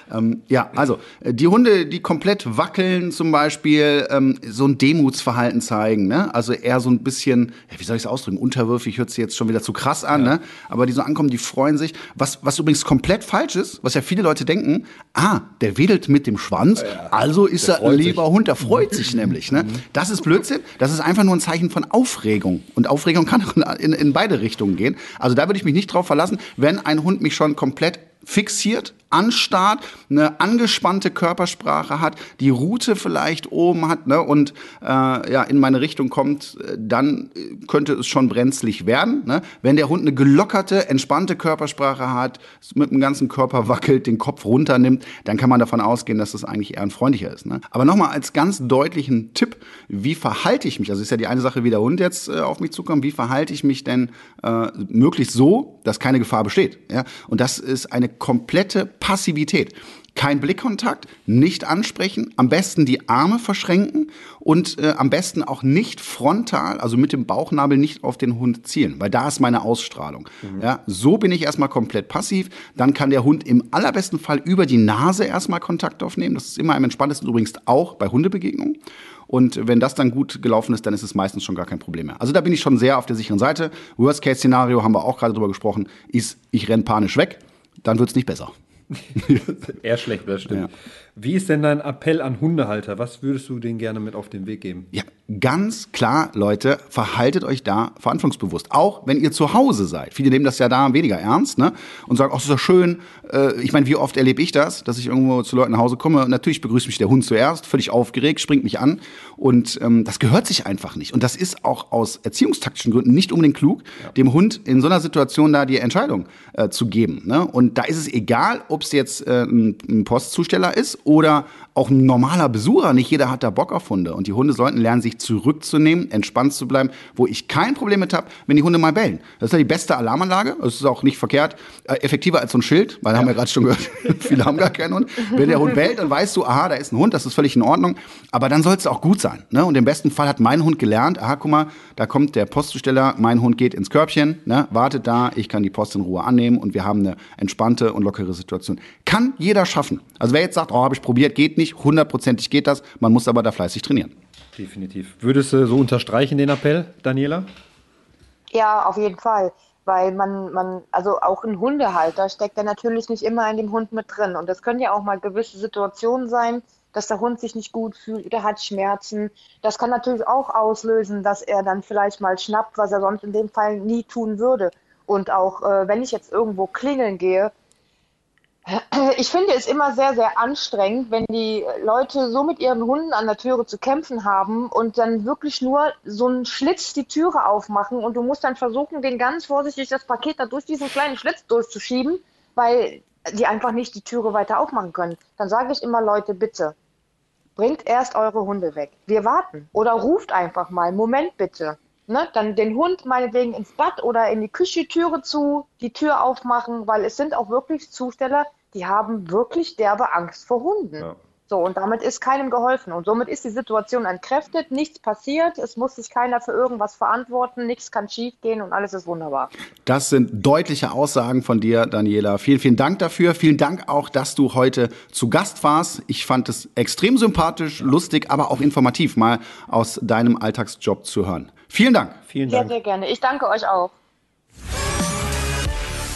Also die Hunde, die komplett wackeln zum Beispiel, so ein Demutsverhalten zeigen, ne? Also eher so ein bisschen, wie soll ich es ausdrücken, unterwürfig hört sich jetzt schon wieder zu krass an, ne? Aber die so ankommen, die freuen sich. Was übrigens komplett falsch ist, was ja viele Leute denken, der wedelt mit dem Schwanz, also ist er ein lieber Hund, der freut sich nämlich, ne? Das ist Blödsinn, das ist einfach nur ein Zeichen von Aufregung. Und Aufregung kann auch in beide Richtungen gehen. Also da würde ich mich nicht drauf verlassen, wenn ein Hund mich schon komplett fixiert, anstarrt, eine angespannte Körpersprache hat, die Rute vielleicht oben hat, ne, und in meine Richtung kommt, dann könnte es schon brenzlig werden. Ne? Wenn der Hund eine gelockerte, entspannte Körpersprache hat, mit dem ganzen Körper wackelt, den Kopf runternimmt, dann kann man davon ausgehen, dass das eigentlich eher ein freundlicher ist. Ne? Aber nochmal als ganz deutlichen Tipp, wie verhalte ich mich? Also ist ja die eine Sache, wie der Hund jetzt auf mich zukommt, wie verhalte ich mich denn möglichst so, dass keine Gefahr besteht? Ja? Und das ist eine komplette Passivität. Kein Blickkontakt, nicht ansprechen, am besten die Arme verschränken und am besten auch nicht frontal, also mit dem Bauchnabel nicht auf den Hund zielen, weil da ist meine Ausstrahlung. Ja, so bin ich erstmal komplett passiv, dann kann der Hund im allerbesten Fall über die Nase erstmal Kontakt aufnehmen, das ist immer am entspanntesten übrigens auch bei Hundebegegnungen. Und wenn das dann gut gelaufen ist, dann ist es meistens schon gar kein Problem mehr. Also da bin ich schon sehr auf der sicheren Seite. Worst-Case-Szenario, haben wir auch gerade drüber gesprochen, ist, ich renne panisch weg, dann wird es nicht besser. Eher schlecht, das stimmt. Ja. Wie ist denn dein Appell an Hundehalter? Was würdest du denen gerne mit auf den Weg geben? Ja, ganz klar, Leute, verhaltet euch da verantwortungsbewusst. Auch wenn ihr zu Hause seid. Viele nehmen das ja da weniger ernst, ne? Und sagen, das ist doch schön. Ich meine, wie oft erlebe ich das, dass ich irgendwo zu Leuten nach Hause komme und natürlich begrüßt mich der Hund zuerst, völlig aufgeregt, springt mich an. Und das gehört sich einfach nicht. Und das ist auch aus erziehungstaktischen Gründen nicht unbedingt klug, dem Hund in so einer Situation da die Entscheidung zu geben. Ne? Und da ist es egal, ob es jetzt ein Postzusteller ist oder auch ein normaler Besucher. Nicht jeder hat da Bock auf Hunde. Und die Hunde sollten lernen, sich zurückzunehmen, entspannt zu bleiben, wo ich kein Problem mit habe, wenn die Hunde mal bellen. Das ist ja die beste Alarmanlage. Das ist auch nicht verkehrt. Effektiver als so ein Schild, weil haben wir gerade schon gehört, viele haben gar keinen Hund. Wenn der Hund bellt, dann weißt du, aha, da ist ein Hund, das ist völlig in Ordnung. Aber dann soll es auch gut sein. Ne? Und im besten Fall hat mein Hund gelernt, aha, guck mal, da kommt der Postzusteller, mein Hund geht ins Körbchen, ne? Wartet da, ich kann die Post in Ruhe annehmen und wir haben eine entspannte und lockere Situation. Kann jeder schaffen. Also wer jetzt sagt, habe ich probiert, geht nicht, 100%ig geht das, man muss aber da fleißig trainieren. Definitiv. Würdest du so unterstreichen, den Appell, Daniela? Ja, auf jeden Fall. Weil also auch ein Hundehalter steckt ja natürlich nicht immer in dem Hund mit drin. Und das können ja auch mal gewisse Situationen sein, dass der Hund sich nicht gut fühlt oder hat Schmerzen. Das kann natürlich auch auslösen, dass er dann vielleicht mal schnappt, was er sonst in dem Fall nie tun würde. Und auch wenn ich jetzt irgendwo klingeln gehe, ich finde es immer sehr, sehr anstrengend, wenn die Leute so mit ihren Hunden an der Türe zu kämpfen haben und dann wirklich nur so einen Schlitz die Türe aufmachen und du musst dann versuchen, den ganz vorsichtig das Paket da durch diesen kleinen Schlitz durchzuschieben, weil die einfach nicht die Türe weiter aufmachen können. Dann sage ich immer, Leute, bitte, bringt erst eure Hunde weg. Wir warten. Oder ruft einfach mal, Moment bitte. Ne, dann den Hund meinetwegen ins Bad oder in die Küche, Türe zu, die Tür aufmachen, weil es sind auch wirklich Zusteller, die haben wirklich derbe Angst vor Hunden. Ja. So, und damit ist keinem geholfen. Und somit ist die Situation entkräftet, nichts passiert, es muss sich keiner für irgendwas verantworten, nichts kann schief gehen und alles ist wunderbar. Das sind deutliche Aussagen von dir, Daniela. Vielen, vielen Dank dafür. Vielen Dank auch, dass du heute zu Gast warst. Ich fand es extrem sympathisch, lustig, aber auch informativ, mal aus deinem Alltagsjob zu hören. Vielen Dank. Vielen Dank. Sehr, sehr gerne. Ich danke euch auch.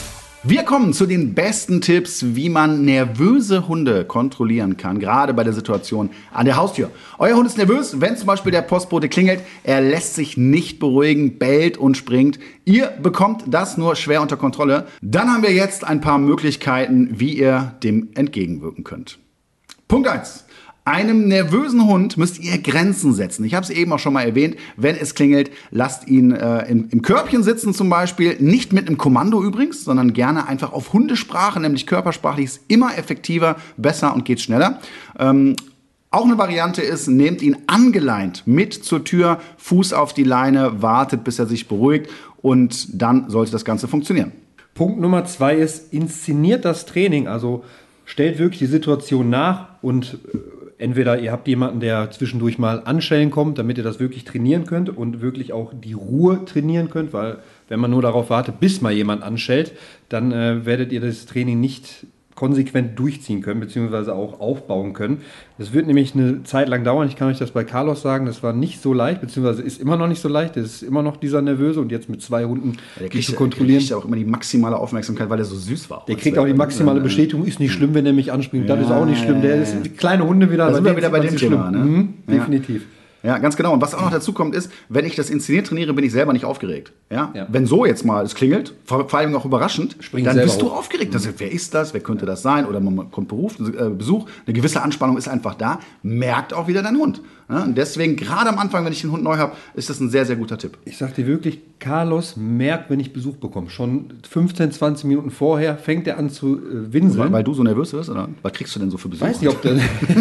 Wir kommen zu den besten Tipps, wie man nervöse Hunde kontrollieren kann, gerade bei der Situation an der Haustür. Euer Hund ist nervös, wenn zum Beispiel der Postbote klingelt, er lässt sich nicht beruhigen, bellt und springt. Ihr bekommt das nur schwer unter Kontrolle. Dann haben wir jetzt ein paar Möglichkeiten, wie ihr dem entgegenwirken könnt. Punkt 1. Einem nervösen Hund müsst ihr Grenzen setzen. Ich habe es eben auch schon mal erwähnt. Wenn es klingelt, lasst ihn im Körbchen sitzen zum Beispiel. Nicht mit einem Kommando übrigens, sondern gerne einfach auf Hundesprache, nämlich körpersprachlich ist immer effektiver, besser und geht schneller. Auch eine Variante ist, nehmt ihn angeleint mit zur Tür, Fuß auf die Leine, wartet, bis er sich beruhigt und dann sollte das Ganze funktionieren. Punkt Nummer 2 ist, inszeniert das Training. Also stellt wirklich die Situation nach und entweder ihr habt jemanden, der zwischendurch mal anschellen kommt, damit ihr das wirklich trainieren könnt und wirklich auch die Ruhe trainieren könnt, weil wenn man nur darauf wartet, bis mal jemand anschellt, dann werdet ihr das Training nicht konsequent durchziehen können, beziehungsweise auch aufbauen können. Das wird nämlich eine Zeit lang dauern. Ich kann euch das bei Carlos sagen, das war nicht so leicht, beziehungsweise ist immer noch nicht so leicht. Das ist immer noch dieser Nervöse und jetzt mit 2 Hunden zu kontrollieren. Der kriegt auch immer die maximale Aufmerksamkeit, weil er so süß war. Der kriegt auch die maximale Bestätigung. Ist nicht schlimm, wenn er mich anspringt. Das ist auch nicht schlimm. Der ist kleine Hunde wieder. Da sind wir wieder bei dem Thema. Ne? Definitiv. Ja, ganz genau. Und was auch noch dazu kommt, ist, wenn ich das inszeniert trainiere, bin ich selber nicht aufgeregt. Ja? Wenn so jetzt mal es klingelt, vor allem auch überraschend, dann bist du aufgeregt. Das heißt, wer ist das? Wer könnte das sein? Oder man kommt Besuch. Eine gewisse Anspannung ist einfach da. Merkt auch wieder dein Hund. Ja? Und deswegen, gerade am Anfang, wenn ich den Hund neu habe, ist das ein sehr, sehr guter Tipp. Ich sag dir wirklich, Carlos merkt, wenn ich Besuch bekomme. Schon 15, 20 Minuten vorher fängt er an zu winseln. Weil du so nervös wirst? Oder was kriegst du denn so für Besuch? Weiß nicht, ob der...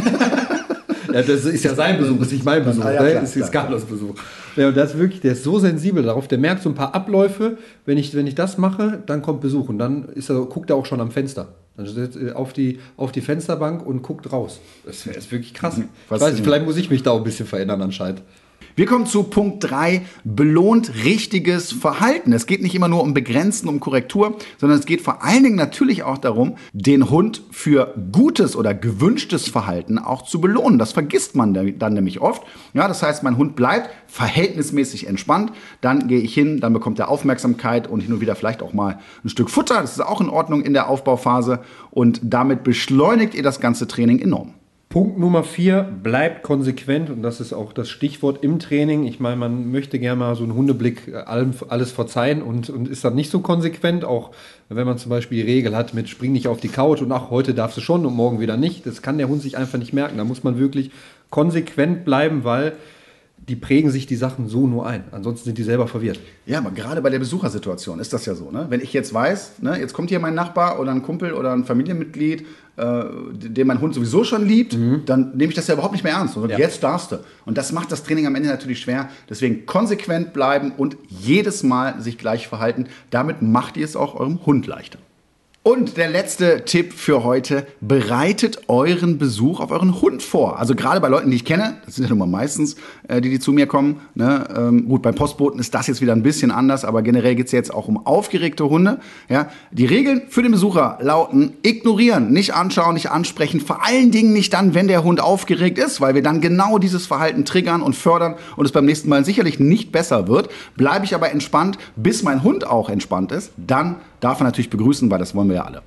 Ja, das ist ja sein Besuch, das ist nicht mein Besuch, das ist Carlos Besuch. Ja, und das ist wirklich, der ist so sensibel darauf, der merkt so ein paar Abläufe, wenn ich das mache, dann kommt Besuch und dann guckt er auch schon am Fenster. Dann sitzt er auf die Fensterbank und guckt raus. Das ist wirklich krass. Ich weiß nicht, vielleicht muss ich mich da auch ein bisschen verändern anscheinend. Wir kommen zu Punkt 3, belohnt richtiges Verhalten. Es geht nicht immer nur um Begrenzen, um Korrektur, sondern es geht vor allen Dingen natürlich auch darum, den Hund für gutes oder gewünschtes Verhalten auch zu belohnen. Das vergisst man dann nämlich oft. Ja, das heißt, mein Hund bleibt verhältnismäßig entspannt, dann gehe ich hin, dann bekommt er Aufmerksamkeit und hin und wieder vielleicht auch mal ein Stück Futter. Das ist auch in Ordnung in der Aufbauphase und damit beschleunigt ihr das ganze Training enorm. Punkt Nummer 4, bleibt konsequent und das ist auch das Stichwort im Training. Ich meine, man möchte gerne mal so einen Hundeblick alles verzeihen und ist dann nicht so konsequent, auch wenn man zum Beispiel die Regel hat mit spring nicht auf die Couch und ach, heute darfst du schon und morgen wieder nicht. Das kann der Hund sich einfach nicht merken. Da muss man wirklich konsequent bleiben, weil die prägen sich die Sachen so nur ein. Ansonsten sind die selber verwirrt. Ja, aber gerade bei der Besuchersituation ist das ja so. Ne? Wenn ich jetzt weiß, ne, jetzt kommt hier mein Nachbar oder ein Kumpel oder ein Familienmitglied, den mein Hund sowieso schon liebt, dann nehme ich das ja überhaupt nicht mehr ernst. Und jetzt darfst du. Und das macht das Training am Ende natürlich schwer. Deswegen konsequent bleiben und jedes Mal sich gleich verhalten. Damit macht ihr es auch eurem Hund leichter. Und der letzte Tipp für heute, bereitet euren Besuch auf euren Hund vor. Also gerade bei Leuten, die ich kenne, das sind ja nun mal meistens die zu mir kommen. Ne? Gut, beim Postboten ist das jetzt wieder ein bisschen anders, aber generell geht es jetzt auch um aufgeregte Hunde. Ja? Die Regeln für den Besucher lauten, ignorieren, nicht anschauen, nicht ansprechen, vor allen Dingen nicht dann, wenn der Hund aufgeregt ist, weil wir dann genau dieses Verhalten triggern und fördern und es beim nächsten Mal sicherlich nicht besser wird. Bleibe ich aber entspannt, bis mein Hund auch entspannt ist, dann darf er natürlich begrüßen, weil das wollen wir ja alle.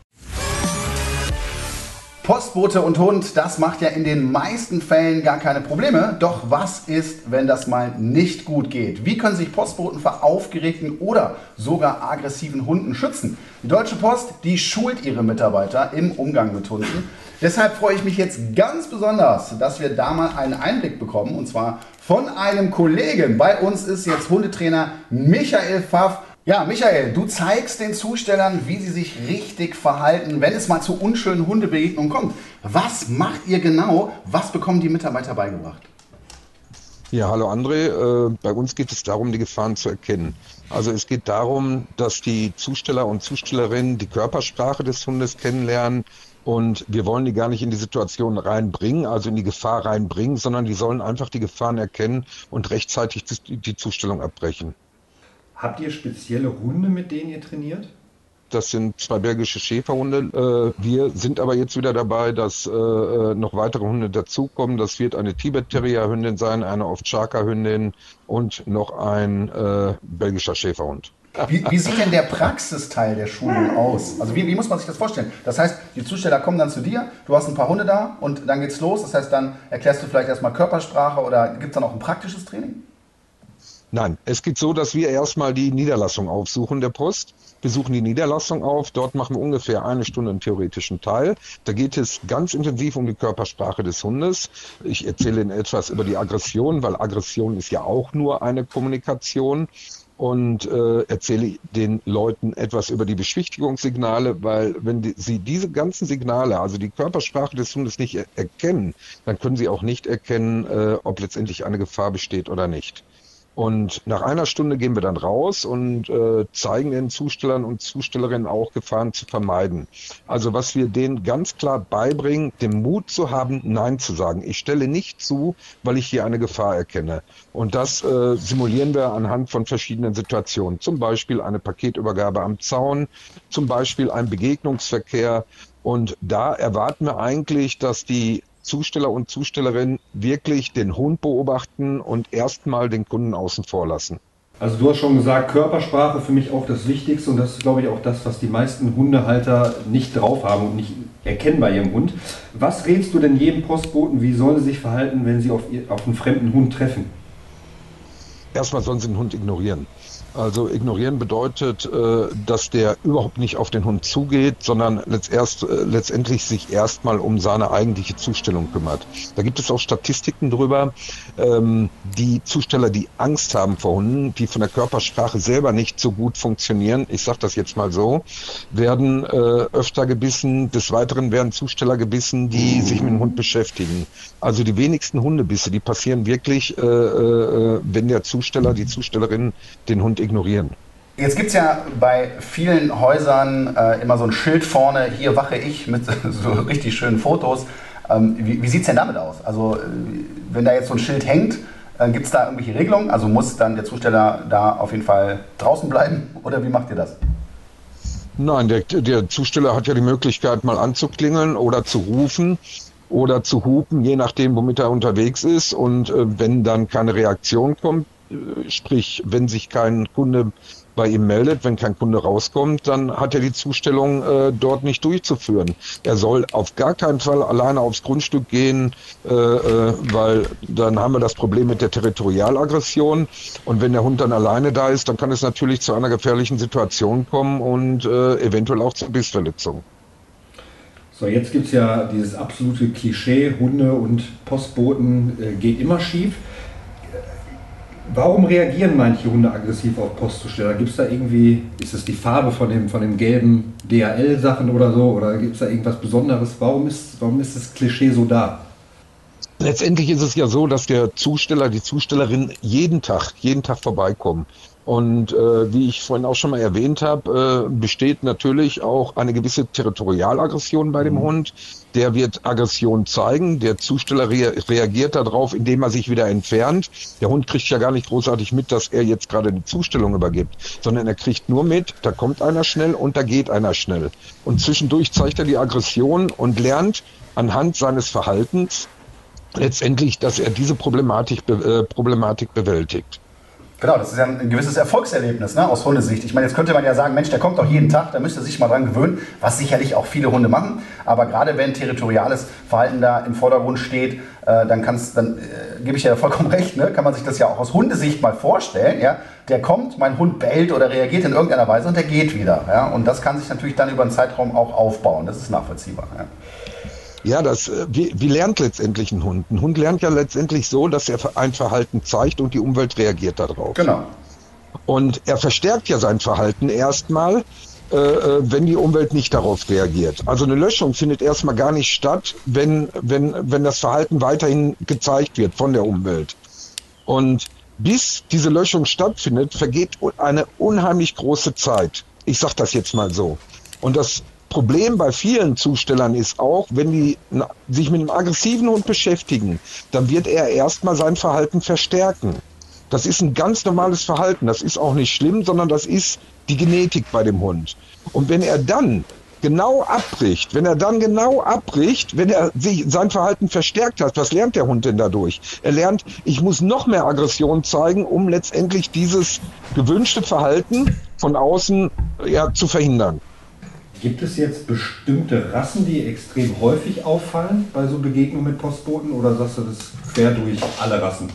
Postbote und Hund, das macht ja in den meisten Fällen gar keine Probleme. Doch was ist, wenn das mal nicht gut geht? Wie können sich Postboten vor aufgeregten oder sogar aggressiven Hunden schützen? Die Deutsche Post, die schult ihre Mitarbeiter im Umgang mit Hunden. Deshalb freue ich mich jetzt ganz besonders, dass wir da mal einen Einblick bekommen. Und zwar von einem Kollegen. Bei uns ist jetzt Hundetrainer Michael Pfaff. Ja, Michael, du zeigst den Zustellern, wie sie sich richtig verhalten, wenn es mal zu unschönen Hundebegegnungen kommt. Was macht ihr genau? Was bekommen die Mitarbeiter beigebracht? Ja, hallo André. Bei uns geht es darum, die Gefahren zu erkennen. Also es geht darum, dass die Zusteller und Zustellerinnen die Körpersprache des Hundes kennenlernen. Und wir wollen die gar nicht in die Situation reinbringen, also in die Gefahr reinbringen, sondern die sollen einfach die Gefahren erkennen und rechtzeitig die Zustellung abbrechen. Habt ihr spezielle Hunde, mit denen ihr trainiert? Das sind 2 belgische Schäferhunde. Wir sind aber jetzt wieder dabei, dass noch weitere Hunde dazukommen. Das wird eine Tibet-Terrier-Hündin sein, eine Ovtcharka-Hündin und noch ein belgischer Schäferhund. Wie sieht denn der Praxisteil der Schulung aus? Also wie muss man sich das vorstellen? Das heißt, die Zusteller kommen dann zu dir, du hast ein paar Hunde da und dann geht's los. Das heißt, dann erklärst du vielleicht erstmal Körpersprache oder gibt es dann auch ein praktisches Training? Nein, es geht so, dass wir erstmal die Niederlassung aufsuchen der Post. Wir suchen die Niederlassung auf, dort machen wir ungefähr 1 Stunde einen theoretischen Teil. Da geht es ganz intensiv um die Körpersprache des Hundes. Ich erzähle Ihnen etwas über die Aggression, weil Aggression ist ja auch nur eine Kommunikation. Und erzähle den Leuten etwas über die Beschwichtigungssignale, weil wenn sie diese ganzen Signale, also die Körpersprache des Hundes nicht erkennen, dann können sie auch nicht erkennen, ob letztendlich eine Gefahr besteht oder nicht. Und nach 1 Stunde gehen wir dann raus und zeigen den Zustellern und Zustellerinnen auch, Gefahren zu vermeiden. Also was wir denen ganz klar beibringen, den Mut zu haben, Nein zu sagen. Ich stelle nicht zu, weil ich hier eine Gefahr erkenne. Und das simulieren wir anhand von verschiedenen Situationen. Zum Beispiel eine Paketübergabe am Zaun, zum Beispiel ein Begegnungsverkehr. Und da erwarten wir eigentlich, dass die Zusteller und Zustellerinnen wirklich den Hund beobachten und erstmal den Kunden außen vor lassen. Also du hast schon gesagt, Körpersprache für mich auch das Wichtigste und das ist, glaube ich, auch das, was die meisten Hundehalter nicht drauf haben und nicht erkennen bei ihrem Hund. Was rätst du denn jedem Postboten, wie sollen sie sich verhalten, wenn sie auf einen fremden Hund treffen? Erstmal sollen sie den Hund ignorieren. Also ignorieren bedeutet, dass der überhaupt nicht auf den Hund zugeht, sondern letztendlich sich erstmal um seine eigentliche Zustellung kümmert. Da gibt es auch Statistiken drüber. Die Zusteller, die Angst haben vor Hunden, die von der Körpersprache selber nicht so gut funktionieren, ich sage das jetzt mal so, werden öfter gebissen. Des Weiteren werden Zusteller gebissen, die sich mit dem Hund beschäftigen. Also die wenigsten Hundebisse, die passieren wirklich, wenn der Zusteller, die Zustellerin den Hund ignorieren. Jetzt gibt es ja bei vielen Häusern immer so ein Schild vorne, hier wache ich, mit so richtig schönen Fotos. Wie sieht es denn damit aus? Also wenn da jetzt so ein Schild hängt, gibt es da irgendwelche Regelungen? Also muss dann der Zusteller da auf jeden Fall draußen bleiben oder wie macht ihr das? Nein, der Zusteller hat ja die Möglichkeit mal anzuklingeln oder zu rufen oder zu hupen, je nachdem womit er unterwegs ist und wenn dann keine Reaktion kommt, sprich, wenn sich kein Kunde bei ihm meldet, wenn kein Kunde rauskommt, dann hat er die Zustellung dort nicht durchzuführen. Er soll auf gar keinen Fall alleine aufs Grundstück gehen, weil dann haben wir das Problem mit der Territorialaggression. Und wenn der Hund dann alleine da ist, dann kann es natürlich zu einer gefährlichen Situation kommen und eventuell auch zur Bissverletzung. So, jetzt gibt es ja dieses absolute Klischee, Hunde und Postboten geht immer schief. Warum reagieren manche Hunde aggressiv auf Postzusteller? Gibt es da irgendwie, ist es die Farbe von dem gelben DHL-Sachen oder so? Oder gibt es da irgendwas Besonderes? Warum ist das Klischee so da? Letztendlich ist es ja so, dass der Zusteller, die Zustellerin jeden Tag vorbeikommen. Und wie ich vorhin auch schon mal erwähnt habe, besteht natürlich auch eine gewisse Territorialaggression bei dem Hund. Der wird Aggression zeigen, der Zusteller reagiert darauf, indem er sich wieder entfernt. Der Hund kriegt ja gar nicht großartig mit, dass er jetzt gerade die Zustellung übergibt, sondern er kriegt nur mit, da kommt einer schnell und da geht einer schnell. Und zwischendurch zeigt er die Aggression und lernt anhand seines Verhaltens letztendlich, dass er diese Problematik bewältigt. Genau, das ist ja ein gewisses Erfolgserlebnis, ne, aus Hundesicht. Ich meine, jetzt könnte man ja sagen, Mensch, der kommt doch jeden Tag, da müsste sich mal dran gewöhnen, was sicherlich auch viele Hunde machen. Aber gerade wenn territoriales Verhalten da im Vordergrund steht, dann gebe ich ja vollkommen recht, ne, kann man sich das ja auch aus Hundesicht mal vorstellen. Ja? Der kommt, mein Hund bellt oder reagiert in irgendeiner Weise und der geht wieder. Ja? Und das kann sich natürlich dann über einen Zeitraum auch aufbauen. Das ist nachvollziehbar. Ja. Ja, wie lernt letztendlich ein Hund? Ein Hund lernt ja letztendlich so, dass er ein Verhalten zeigt und die Umwelt reagiert darauf. Genau. Und er verstärkt ja sein Verhalten erstmal, wenn die Umwelt nicht darauf reagiert. Also eine Löschung findet erstmal gar nicht statt, wenn das Verhalten weiterhin gezeigt wird von der Umwelt. Und bis diese Löschung stattfindet, vergeht eine unheimlich große Zeit. Ich sage das jetzt mal so. Und das Problem bei vielen Zustellern ist auch, wenn die sich mit einem aggressiven Hund beschäftigen, dann wird er erstmal sein Verhalten verstärken. Das ist ein ganz normales Verhalten. Das ist auch nicht schlimm, sondern das ist die Genetik bei dem Hund. Und wenn er dann genau abbricht, wenn er sein Verhalten verstärkt hat, was lernt der Hund denn dadurch? Er lernt, ich muss noch mehr Aggression zeigen, um letztendlich dieses gewünschte Verhalten von außen zu verhindern. Gibt es jetzt bestimmte Rassen, die extrem häufig auffallen bei so Begegnungen mit Postboten, oder sagst du das quer durch alle Rassen?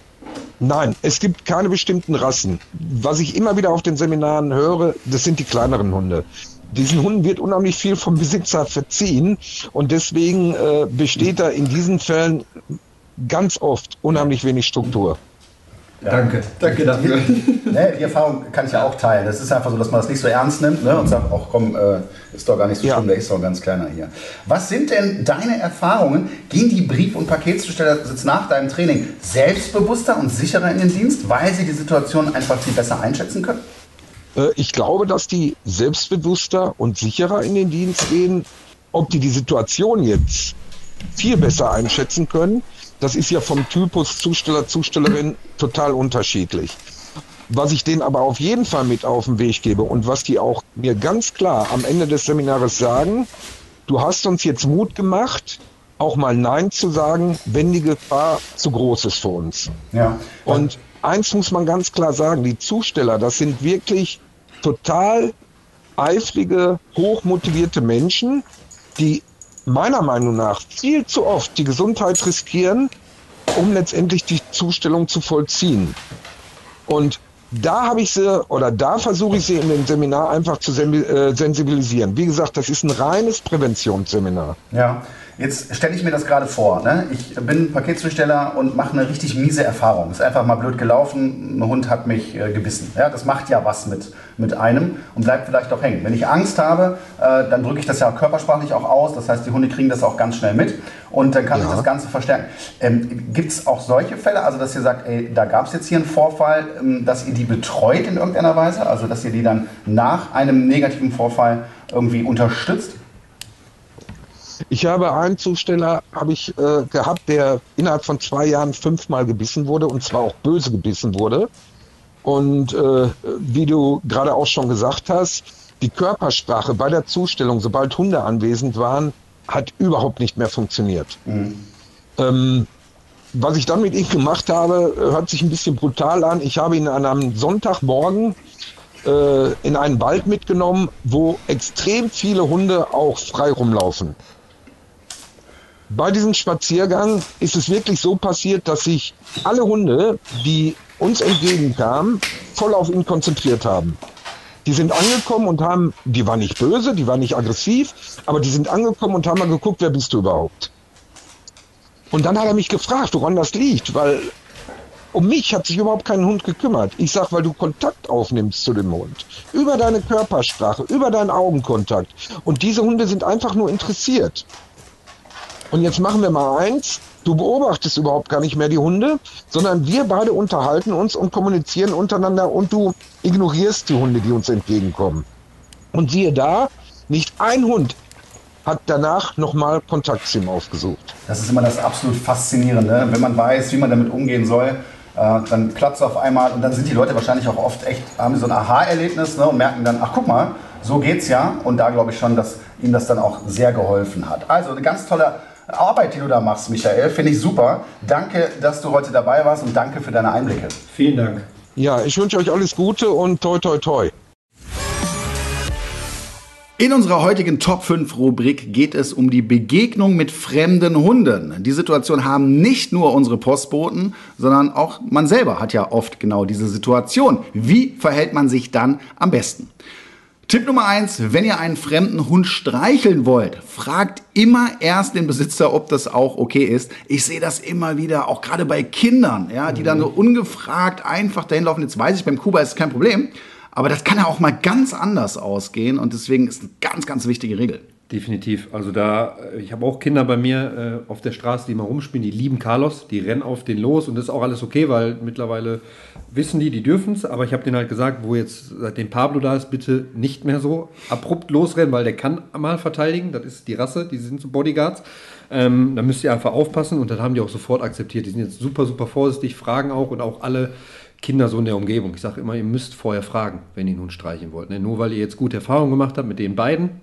Nein, es gibt keine bestimmten Rassen. Was ich immer wieder auf den Seminaren höre, das sind die kleineren Hunde. Diesen Hunden wird unheimlich viel vom Besitzer verziehen und deswegen besteht da in diesen Fällen ganz oft unheimlich wenig Struktur. Ja. Danke dafür. Die Erfahrung kann ich ja auch teilen. Das ist einfach so, dass man das nicht so ernst nimmt, ne? Und sagt, ach komm, ist doch gar nicht so schlimm, der ist doch ein ganz kleiner hier. Was sind denn deine Erfahrungen? Gehen die Brief- und Paketzusteller jetzt nach deinem Training selbstbewusster und sicherer in den Dienst, weil sie die Situation einfach viel besser einschätzen können? Ich glaube, dass die selbstbewusster und sicherer in den Dienst gehen. Ob die Situation jetzt viel besser einschätzen können, das ist ja vom Typus Zusteller, Zustellerin total unterschiedlich. Was ich denen aber auf jeden Fall mit auf den Weg gebe und was die auch mir ganz klar am Ende des Seminars sagen, du hast uns jetzt Mut gemacht, auch mal Nein zu sagen, wenn die Gefahr zu groß ist für uns. Ja. Und eins muss man ganz klar sagen, die Zusteller, das sind wirklich total eifrige, hochmotivierte Menschen, die meiner Meinung nach viel zu oft die Gesundheit riskieren, um letztendlich die Zustellung zu vollziehen. Und da versuche ich sie in dem Seminar einfach zu sensibilisieren. Wie gesagt, das ist ein reines Präventionsseminar. Ja, jetzt stelle ich mir das gerade vor. Ne? Ich bin Paketzusteller und mache eine richtig miese Erfahrung. Ist einfach mal blöd gelaufen, ein Hund hat mich gebissen. Ja, das macht ja was mit einem und bleibt vielleicht auch hängen. Wenn ich Angst habe, dann drücke ich das ja körpersprachlich auch aus. Das heißt, die Hunde kriegen das auch ganz schnell mit und dann kann ich das Ganze verstärken. Gibt es auch solche Fälle, also dass ihr sagt, ey, da gab es jetzt hier einen Vorfall, dass ihr die betreut in irgendeiner Weise? Also dass ihr die dann nach einem negativen Vorfall irgendwie unterstützt? Ich habe einen Zusteller gehabt, der innerhalb von 2 Jahren 5-mal gebissen wurde und zwar auch böse gebissen wurde. Und wie du gerade auch schon gesagt hast, die Körpersprache bei der Zustellung, sobald Hunde anwesend waren, hat überhaupt nicht mehr funktioniert. Mhm. Was ich dann mit ihm gemacht habe, hört sich ein bisschen brutal an. Ich habe ihn an einem Sonntagmorgen in einen Wald mitgenommen, wo extrem viele Hunde auch frei rumlaufen. Bei diesem Spaziergang ist es wirklich so passiert, dass sich alle Hunde, die uns entgegenkamen, voll auf ihn konzentriert haben. Die sind angekommen und die waren nicht böse, die waren nicht aggressiv, aber die sind angekommen und haben mal geguckt, wer bist du überhaupt? Und dann hat er mich gefragt, woran das liegt, weil um mich hat sich überhaupt kein Hund gekümmert. Ich sag, weil du Kontakt aufnimmst zu dem Hund. Über deine Körpersprache, über deinen Augenkontakt. Und diese Hunde sind einfach nur interessiert. Und jetzt machen wir mal eins, du beobachtest überhaupt gar nicht mehr die Hunde, sondern wir beide unterhalten uns und kommunizieren untereinander und du ignorierst die Hunde, die uns entgegenkommen. Und siehe da, nicht ein Hund hat danach nochmal Kontakt zu ihm aufgesucht. Das ist immer das absolut Faszinierende. Wenn man weiß, wie man damit umgehen soll, dann klappt es auf einmal und dann sind die Leute wahrscheinlich auch oft echt, haben so ein Aha-Erlebnis, ne, und merken dann, ach guck mal, so geht's ja. Und da glaube ich schon, dass ihm das dann auch sehr geholfen hat. Also eine ganz tolle Arbeit, die du da machst, Michael, finde ich super. Danke, dass du heute dabei warst und danke für deine Einblicke. Vielen Dank. Ja, ich wünsche euch alles Gute und toi toi toi. In unserer heutigen Top 5 Rubrik geht es um die Begegnung mit fremden Hunden. Die Situation haben nicht nur unsere Postboten, sondern auch man selber hat ja oft genau diese Situation. Wie verhält man sich dann am besten? Tipp Nummer 1, wenn ihr einen fremden Hund streicheln wollt, fragt immer erst den Besitzer, ob das auch okay ist. Ich sehe das immer wieder, auch gerade bei Kindern, ja, die dann so ungefragt einfach dahin laufen. Jetzt weiß ich, beim Kuba ist es kein Problem, aber das kann ja auch mal ganz anders ausgehen und deswegen ist eine ganz, ganz wichtige Regel. Definitiv. Also ich habe auch Kinder bei mir auf der Straße, die mal rumspielen, die lieben Carlos, die rennen auf den los und das ist auch alles okay, weil mittlerweile wissen die dürfen es, aber ich habe denen halt gesagt, wo jetzt seitdem Pablo da ist, bitte nicht mehr so abrupt losrennen, weil der kann mal verteidigen, das ist die Rasse, die sind so Bodyguards. Da müsst ihr einfach aufpassen und das haben die auch sofort akzeptiert. Die sind jetzt super, super vorsichtig, fragen auch und auch alle Kinder so in der Umgebung. Ich sage immer, ihr müsst vorher fragen, wenn ihr einen Hund streichen wollt. Ne? Nur weil ihr jetzt gute Erfahrungen gemacht habt mit den beiden,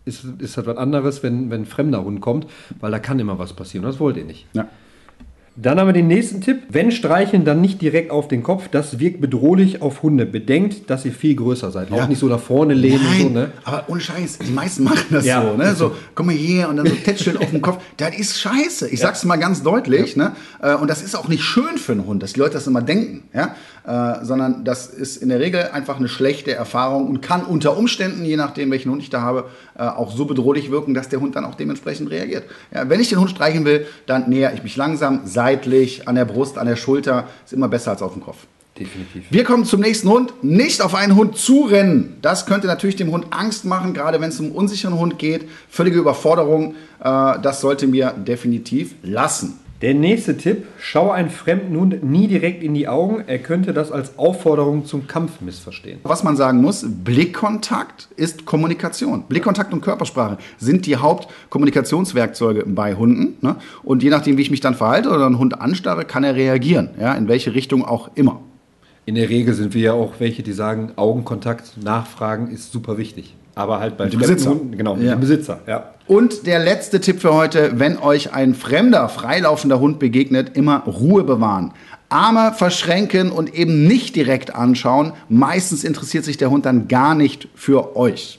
ist das was anderes, wenn ein fremder Hund kommt, weil da kann immer was passieren. Das wollt ihr nicht. Ja. Dann haben wir den nächsten Tipp. Wenn streicheln, dann nicht direkt auf den Kopf. Das wirkt bedrohlich auf Hunde. Bedenkt, dass ihr viel größer seid. Ja. Auch nicht so nach vorne lehnen. Nein, und so, ne? aber ohne Scheiß, die meisten machen das Ja. so, ne? So, komm mal hier und dann so Tätscheln auf den Kopf. Das ist scheiße. Ich sag's mal ganz deutlich, ne? Und das ist auch nicht schön für einen Hund, dass die Leute das immer denken, ja? Sondern das ist in der Regel einfach eine schlechte Erfahrung und kann unter Umständen, je nachdem, welchen Hund ich da habe, auch so bedrohlich wirken, dass der Hund dann auch dementsprechend reagiert. Ja, wenn ich den Hund streichen will, dann näher ich mich langsam, seitlich, an der Brust, an der Schulter. Ist immer besser als auf dem Kopf. Definitiv. Wir kommen zum nächsten Hund. Nicht auf einen Hund zurennen. Das könnte natürlich dem Hund Angst machen, gerade wenn es um einen unsicheren Hund geht. Völlige Überforderung. Das sollte mir definitiv lassen. Der nächste Tipp, schau einen fremden Hund nie direkt in die Augen. Er könnte das als Aufforderung zum Kampf missverstehen. Was man sagen muss, Blickkontakt ist Kommunikation. Blickkontakt und Körpersprache sind die Hauptkommunikationswerkzeuge bei Hunden. Ne? Und je nachdem, wie ich mich dann verhalte oder einen Hund anstarre, kann er reagieren. Ja? In welche Richtung auch immer. In der Regel sind wir ja auch welche, die sagen, Augenkontakt, Nachfragen ist super wichtig. Aber halt bei dem Besitzer. Hunden, genau, mit dem Besitzer. Ja. Und der letzte Tipp für heute, wenn euch ein fremder, freilaufender Hund begegnet, immer Ruhe bewahren. Arme verschränken und eben nicht direkt anschauen. Meistens interessiert sich der Hund dann gar nicht für euch.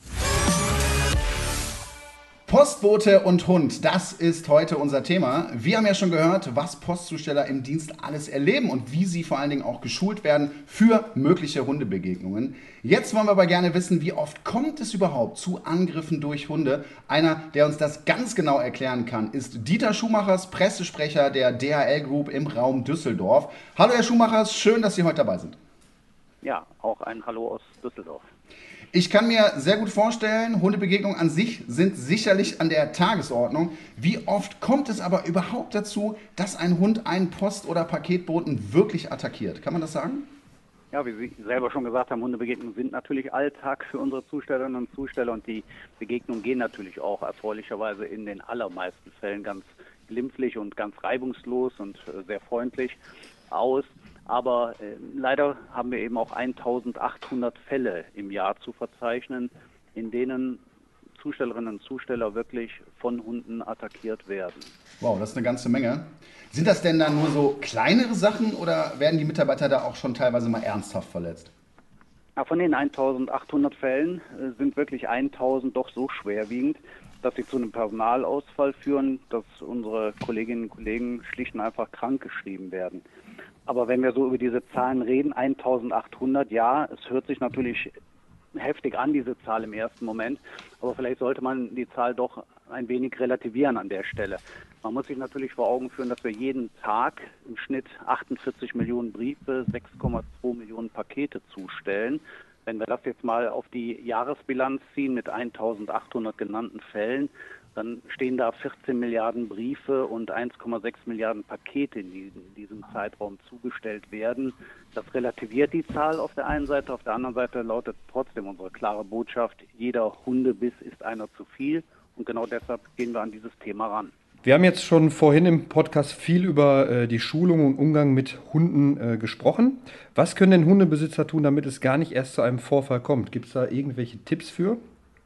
Postbote und Hund, das ist heute unser Thema. Wir haben ja schon gehört, was Postzusteller im Dienst alles erleben und wie sie vor allen Dingen auch geschult werden für mögliche Hundebegegnungen. Jetzt wollen wir aber gerne wissen, wie oft kommt es überhaupt zu Angriffen durch Hunde? Einer, der uns das ganz genau erklären kann, ist Dieter Schumachers, Pressesprecher der DHL Group im Raum Düsseldorf. Hallo Herr Schumachers, schön, dass Sie heute dabei sind. Ja, auch ein Hallo aus Düsseldorf. Ich kann mir sehr gut vorstellen, Hundebegegnungen an sich sind sicherlich an der Tagesordnung. Wie oft kommt es aber überhaupt dazu, dass ein Hund einen Post- oder Paketboten wirklich attackiert? Kann man das sagen? Ja, wie Sie selber schon gesagt haben, Hundebegegnungen sind natürlich Alltag für unsere Zustellerinnen und Zusteller und die Begegnungen gehen natürlich auch erfreulicherweise in den allermeisten Fällen ganz glimpflich und ganz reibungslos und sehr freundlich aus. Aber leider haben wir eben auch 1800 Fälle im Jahr zu verzeichnen, in denen Zustellerinnen und Zusteller wirklich von Hunden attackiert werden. Wow, das ist eine ganze Menge. Sind das denn dann nur so kleinere Sachen oder werden die Mitarbeiter da auch schon teilweise mal ernsthaft verletzt? Ja, von den 1800 Fällen sind wirklich 1000 doch so schwerwiegend, dass sie zu einem Personalausfall führen, dass unsere Kolleginnen und Kollegen schlicht und einfach krankgeschrieben werden. Aber wenn wir so über diese Zahlen reden, 1800, ja, es hört sich natürlich heftig an, diese Zahl im ersten Moment. Aber vielleicht sollte man die Zahl doch ein wenig relativieren an der Stelle. Man muss sich natürlich vor Augen führen, dass wir jeden Tag im Schnitt 48 Millionen Briefe, 6,2 Millionen Pakete zustellen. Wenn wir das jetzt mal auf die Jahresbilanz ziehen mit 1800 genannten Fällen, dann stehen da 14 Milliarden Briefe und 1,6 Milliarden Pakete, die in diesem Zeitraum zugestellt werden. Das relativiert die Zahl auf der einen Seite, auf der anderen Seite lautet trotzdem unsere klare Botschaft, jeder Hundebiss ist einer zu viel und genau deshalb gehen wir an dieses Thema ran. Wir haben jetzt schon vorhin im Podcast viel über die Schulung und Umgang mit Hunden gesprochen. Was können denn Hundebesitzer tun, damit es gar nicht erst zu einem Vorfall kommt? Gibt es da irgendwelche Tipps für?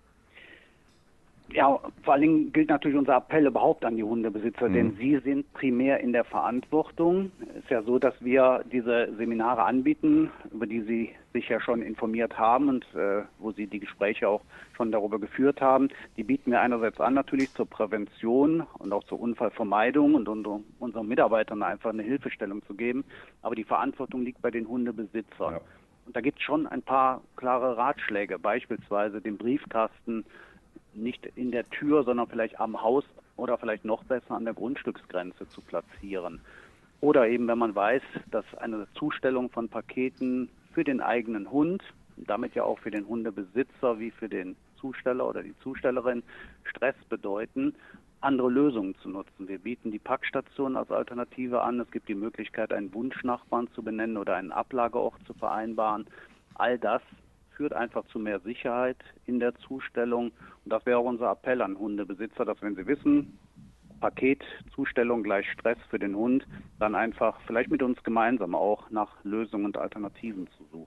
Ja, vor allen Dingen gilt natürlich unser Appell überhaupt an die Hundebesitzer, denn sie sind primär in der Verantwortung. Es ist ja so, dass wir diese Seminare anbieten, über die Sie sich ja schon informiert haben und wo Sie die Gespräche auch schon darüber geführt haben. Die bieten wir einerseits an natürlich zur Prävention und auch zur Unfallvermeidung und unseren Mitarbeitern einfach eine Hilfestellung zu geben. Aber die Verantwortung liegt bei den Hundebesitzern. Ja. Und da gibt es schon ein paar klare Ratschläge, beispielsweise den Briefkasten nicht in der Tür, sondern vielleicht am Haus oder vielleicht noch besser an der Grundstücksgrenze zu platzieren. Oder eben, wenn man weiß, dass eine Zustellung von Paketen für den eigenen Hund, damit ja auch für den Hundebesitzer wie für den Zusteller oder die Zustellerin Stress bedeuten, andere Lösungen zu nutzen. Wir bieten die Packstation als Alternative an. Es gibt die Möglichkeit, einen Wunschnachbarn zu benennen oder einen Ablageort zu vereinbaren. All das führt einfach zu mehr Sicherheit in der Zustellung. Und das wäre auch unser Appell an Hundebesitzer, dass wenn sie wissen, Paketzustellung gleich Stress für den Hund, dann einfach vielleicht mit uns gemeinsam auch nach Lösungen und Alternativen zu suchen.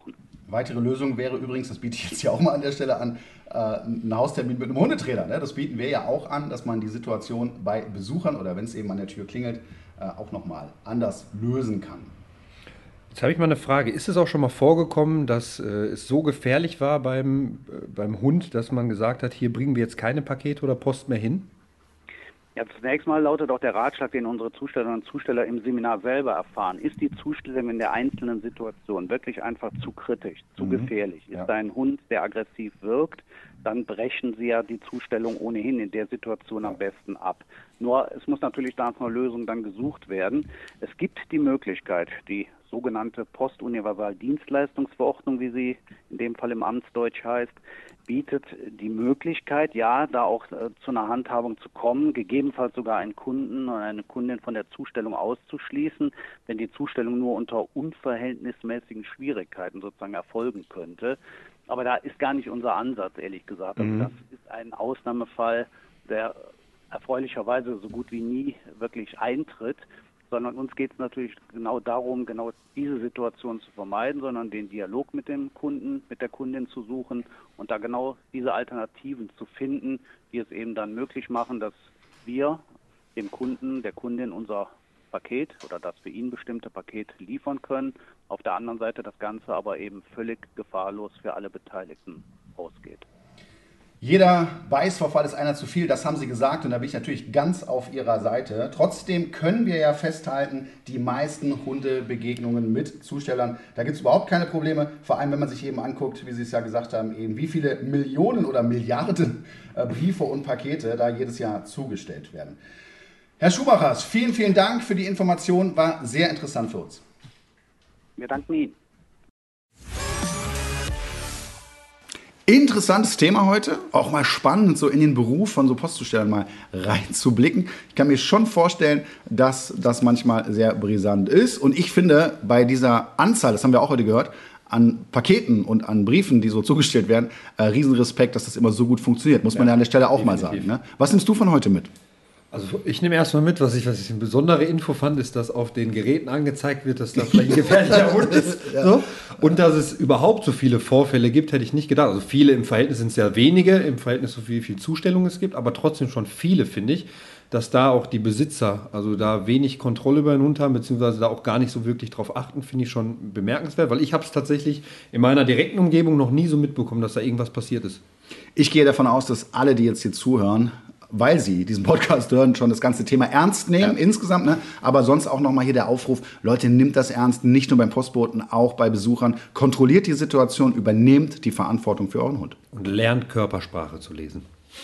Weitere Lösung wäre übrigens, das biete ich jetzt hier auch mal an der Stelle an, ein Haustermin mit einem Hundetrainer. Ne? Das bieten wir ja auch an, dass man die Situation bei Besuchern oder wenn es eben an der Tür klingelt, auch nochmal anders lösen kann. Jetzt habe ich mal eine Frage. Ist es auch schon mal vorgekommen, dass es so gefährlich war beim Hund, dass man gesagt hat, hier bringen wir jetzt keine Pakete oder Post mehr hin? Ja, zunächst mal lautet auch der Ratschlag, den unsere Zustellerinnen und Zusteller im Seminar selber erfahren. Ist die Zustellung in der einzelnen Situation wirklich einfach zu kritisch, zu gefährlich? Ist da ein Hund, der aggressiv wirkt, dann brechen Sie ja die Zustellung ohnehin in der Situation am besten ab. Nur es muss natürlich nach einer Lösung dann gesucht werden. Es gibt die Möglichkeit, die sogenannte Postuniversaldienstleistungsverordnung, wie sie in dem Fall im Amtsdeutsch heißt, bietet die Möglichkeit, ja, da auch zu einer Handhabung zu kommen, gegebenenfalls sogar einen Kunden oder eine Kundin von der Zustellung auszuschließen, wenn die Zustellung nur unter unverhältnismäßigen Schwierigkeiten sozusagen erfolgen könnte. Aber da ist gar nicht unser Ansatz, ehrlich gesagt. Also das ist ein Ausnahmefall, der erfreulicherweise so gut wie nie wirklich eintritt, sondern uns geht es natürlich genau darum, genau diese Situation zu vermeiden, sondern den Dialog mit dem Kunden, mit der Kundin zu suchen und da genau diese Alternativen zu finden, die es eben dann möglich machen, dass wir dem Kunden, der Kundin unser Paket oder das für ihn bestimmte Paket liefern können. Auf der anderen Seite das Ganze aber eben völlig gefahrlos für alle Beteiligten ausgeht. Jeder Beißvorfall ist einer zu viel, das haben Sie gesagt und da bin ich natürlich ganz auf Ihrer Seite. Trotzdem können wir ja festhalten, die meisten Hundebegegnungen mit Zustellern, da gibt es überhaupt keine Probleme. Vor allem, wenn man sich eben anguckt, wie Sie es ja gesagt haben, eben wie viele Millionen oder Milliarden Briefe und Pakete da jedes Jahr zugestellt werden. Herr Schumachers, vielen, vielen Dank für die Information, war sehr interessant für uns. Wir danken Ihnen. Interessantes Thema heute, auch mal spannend, so in den Beruf von so Postzustellern mal reinzublicken. Ich kann mir schon vorstellen, dass das manchmal sehr brisant ist. Und ich finde, bei dieser Anzahl, das haben wir auch heute gehört, an Paketen und an Briefen, die so zugestellt werden, Riesenrespekt, dass das immer so gut funktioniert. Muss man ja an der Stelle auch definitiv mal sagen. Ne? Was nimmst du von heute mit? Also ich nehme erstmal mit, was ich eine besondere Info fand, ist, dass auf den Geräten angezeigt wird, dass da vielleicht ein gefährlicher Hund ist. Ja. So. Und dass es überhaupt so viele Vorfälle gibt, hätte ich nicht gedacht. Also viele im Verhältnis sind es ja wenige, im Verhältnis so viel Zustellung es gibt, aber trotzdem schon viele, finde ich, dass da auch die Besitzer, also da wenig Kontrolle über den Hund haben, beziehungsweise da auch gar nicht so wirklich drauf achten, finde ich schon bemerkenswert, weil ich habe es tatsächlich in meiner direkten Umgebung noch nie so mitbekommen, dass da irgendwas passiert ist. Ich gehe davon aus, dass alle, die jetzt hier zuhören, weil sie diesen Podcast hören, schon das ganze Thema ernst nehmen, insgesamt. Ne? Aber sonst auch nochmal hier der Aufruf, Leute, nimmt das ernst, nicht nur beim Postboten, auch bei Besuchern. Kontrolliert die Situation, übernehmt die Verantwortung für euren Hund. Und lernt Körpersprache zu lesen.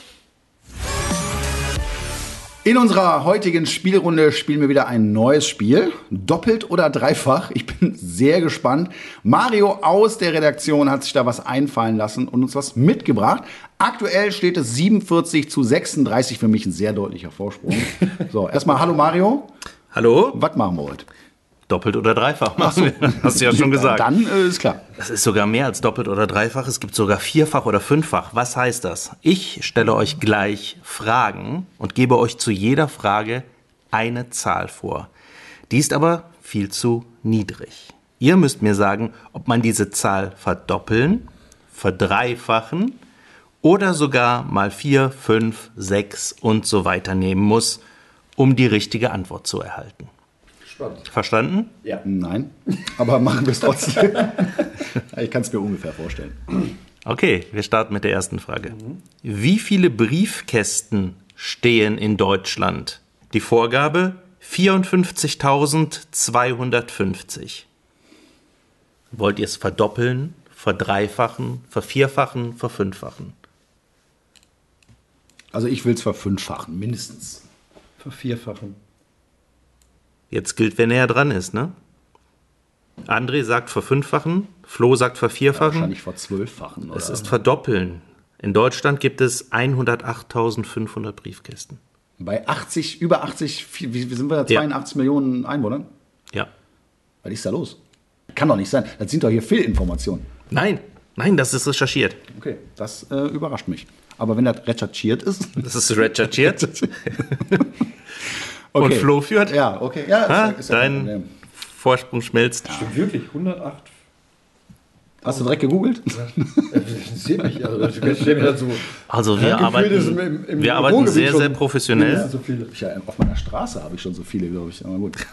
In unserer heutigen Spielrunde spielen wir wieder ein neues Spiel. Doppelt oder dreifach. Ich bin sehr gespannt. Mario aus der Redaktion hat sich da was einfallen lassen und uns was mitgebracht. Aktuell steht es 47:36, für mich ein sehr deutlicher Vorsprung. So, erstmal hallo Mario. Hallo. Was machen wir heute? Doppelt oder dreifach machen wir. Hast du ja schon gesagt. Dann ist klar. Das ist sogar mehr als doppelt oder dreifach. Es gibt sogar vierfach oder fünffach. Was heißt das? Ich stelle euch gleich Fragen und gebe euch zu jeder Frage eine Zahl vor. Die ist aber viel zu niedrig. Ihr müsst mir sagen, ob man diese Zahl verdoppeln, verdreifachen oder sogar mal 4, 5, 6 und so weiter nehmen muss, um die richtige Antwort zu erhalten. Spannend. Verstanden? Ja. Nein, aber machen wir es trotzdem. Ich kann es mir ungefähr vorstellen. Okay, wir starten mit der ersten Frage. Wie viele Briefkästen stehen in Deutschland? Die Vorgabe 54.250. Wollt ihr es verdoppeln, verdreifachen, vervierfachen, verfünffachen? Also ich will es verfünffachen, mindestens. Vervierfachen. Jetzt gilt, wer näher dran ist, ne? André sagt verfünffachen, Flo sagt vervierfachen. Ja, wahrscheinlich verzwölffachen. Es ist verdoppeln. In Deutschland gibt es 108.500 Briefkästen. Bei über 80, wie sind wir da? 82 Millionen Einwohnern? Ja. Was ist da los? Kann doch nicht sein. Das sind doch hier Fehlinformationen. Nein, das ist recherchiert. Okay, das überrascht mich. Aber wenn das recherchiert ist... Das ist recherchiert. Okay. Und Flo führt. Ja, okay. Ja, ist dein Vorsprung schmilzt. Stimmt wirklich, 108. Hast du direkt gegoogelt? Interessiert mich. Also, Also wir im arbeiten sehr, schon sehr professionell. so viele. Auf meiner Straße habe ich schon so viele, glaube ich. Aber gut.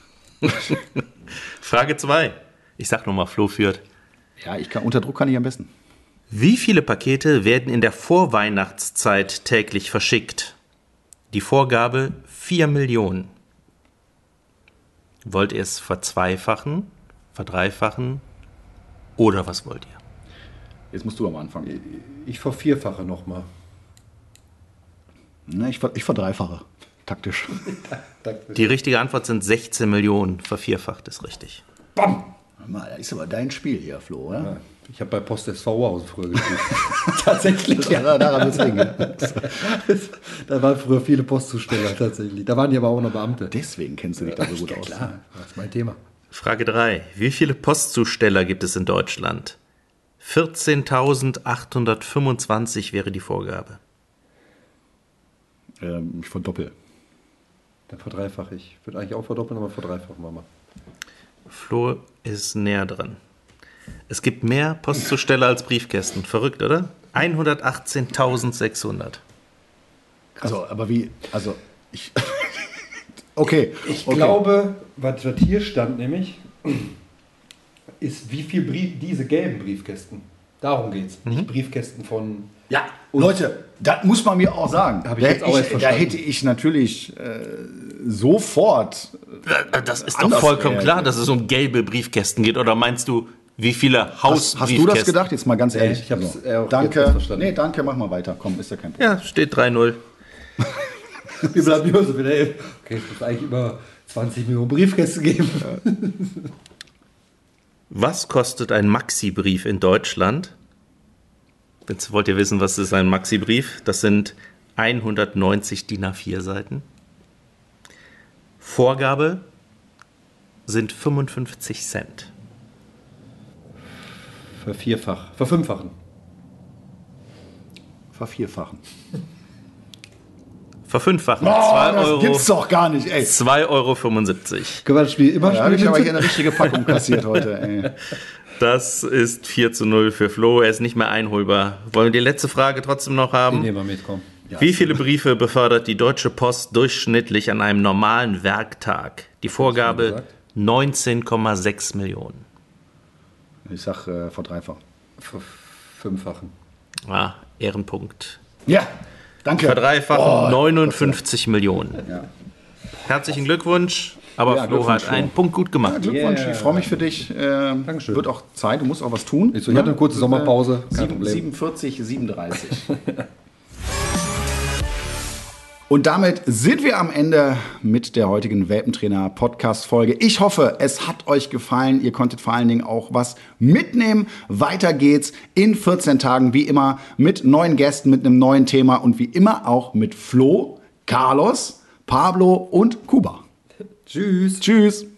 Frage 2. Ich sag nochmal, Flo führt. Ja, unter Druck kann ich am besten. Wie viele Pakete werden in der Vorweihnachtszeit täglich verschickt? Die Vorgabe 4 Millionen. Wollt ihr es verzweifachen, verdreifachen oder was wollt ihr? Jetzt musst du am Anfang. Ich vervierfache nochmal. Ne, ich verdreifache. Taktisch. Die richtige Antwort sind 16 Millionen. Vervierfacht ist richtig. Bam! Das ist aber dein Spiel hier, Flo, oder? Ja, ich habe bei Post SV Hause früher gespielt. Tatsächlich, ja. Daran wird's liegen. Da waren früher viele Postzusteller tatsächlich. Da waren die aber auch noch Beamte. Deswegen kennst du dich da so gut aus. Klar, das ist mein Thema. Frage 3. Wie viele Postzusteller gibt es in Deutschland? 14.825 wäre die Vorgabe. Ich verdoppel. Dann verdreifache ich. Ich würde eigentlich auch verdoppeln, aber verdreifachen wir mal. Flo ist näher dran. Es gibt mehr Postzusteller als Briefkästen. Verrückt, oder? 118.600. Also, aber wie? Also, ich. Okay. Ich glaube, was hier stand nämlich, ist, wie viel diese gelben Briefkästen. Darum geht's. Nicht Briefkästen von. Ja, Leute, das muss man mir auch sagen. Hab ich jetzt auch erst Da verstanden. hätte ich natürlich sofort. Das ist doch vollkommen klar, dass es um gelbe Briefkästen geht. Oder meinst du, wie viele Hast Hausbriefkästen? du das gedacht? Jetzt mal ganz ehrlich. ich hab's So. auch Danke. jetzt verstanden. Nee, danke, mach mal weiter. Komm, ist ja kein Problem. Ja, steht 3-0. Wir bleiben hier so wieder. Okay, es muss eigentlich über 20 Millionen Briefkästen geben. Was kostet ein Maxi-Brief in Deutschland? Jetzt wollt ihr wissen, was ist ein Maxi-Brief? Das sind 190 DIN A4 Seiten. Vorgabe sind 55 Cent. Verfünffachen. Vervierfachen. Verfünffachen. Das gibt's doch gar nicht, ey. 2,75 Euro. Können wir das Spiel immer Da habe ich spielen? aber hier eine richtige Packung kassiert heute, ey. Das ist 4:0 für Flo. Er ist nicht mehr einholbar. Wollen wir die letzte Frage trotzdem noch haben? Nehmen wir mit, komm. Wie viele Briefe befördert die Deutsche Post durchschnittlich an einem normalen Werktag? Die Vorgabe 19,6 Millionen. Ich sag verdreifachen. Verfünffachen. Ehrenpunkt. Ja, danke. Verdreifachen 59 Millionen. Ja. Herzlichen Glückwunsch. Aber Ja, Flo Glückwunsch, hat einen Punkt gut gemacht. Glückwunsch, Yeah. ich freue mich für dich. Dankeschön. Wird auch Zeit, du musst auch was tun. Ich hatte eine kurze Sommerpause, kein Problem. 47, 37. Und damit sind wir am Ende mit der heutigen Welpentrainer-Podcast-Folge. Ich hoffe, es hat euch gefallen. Ihr konntet vor allen Dingen auch was mitnehmen. Weiter geht's in 14 Tagen, wie immer, mit neuen Gästen, mit einem neuen Thema und wie immer auch mit Flo, Carlos, Pablo und Kuba. Tschüss. Tschüss.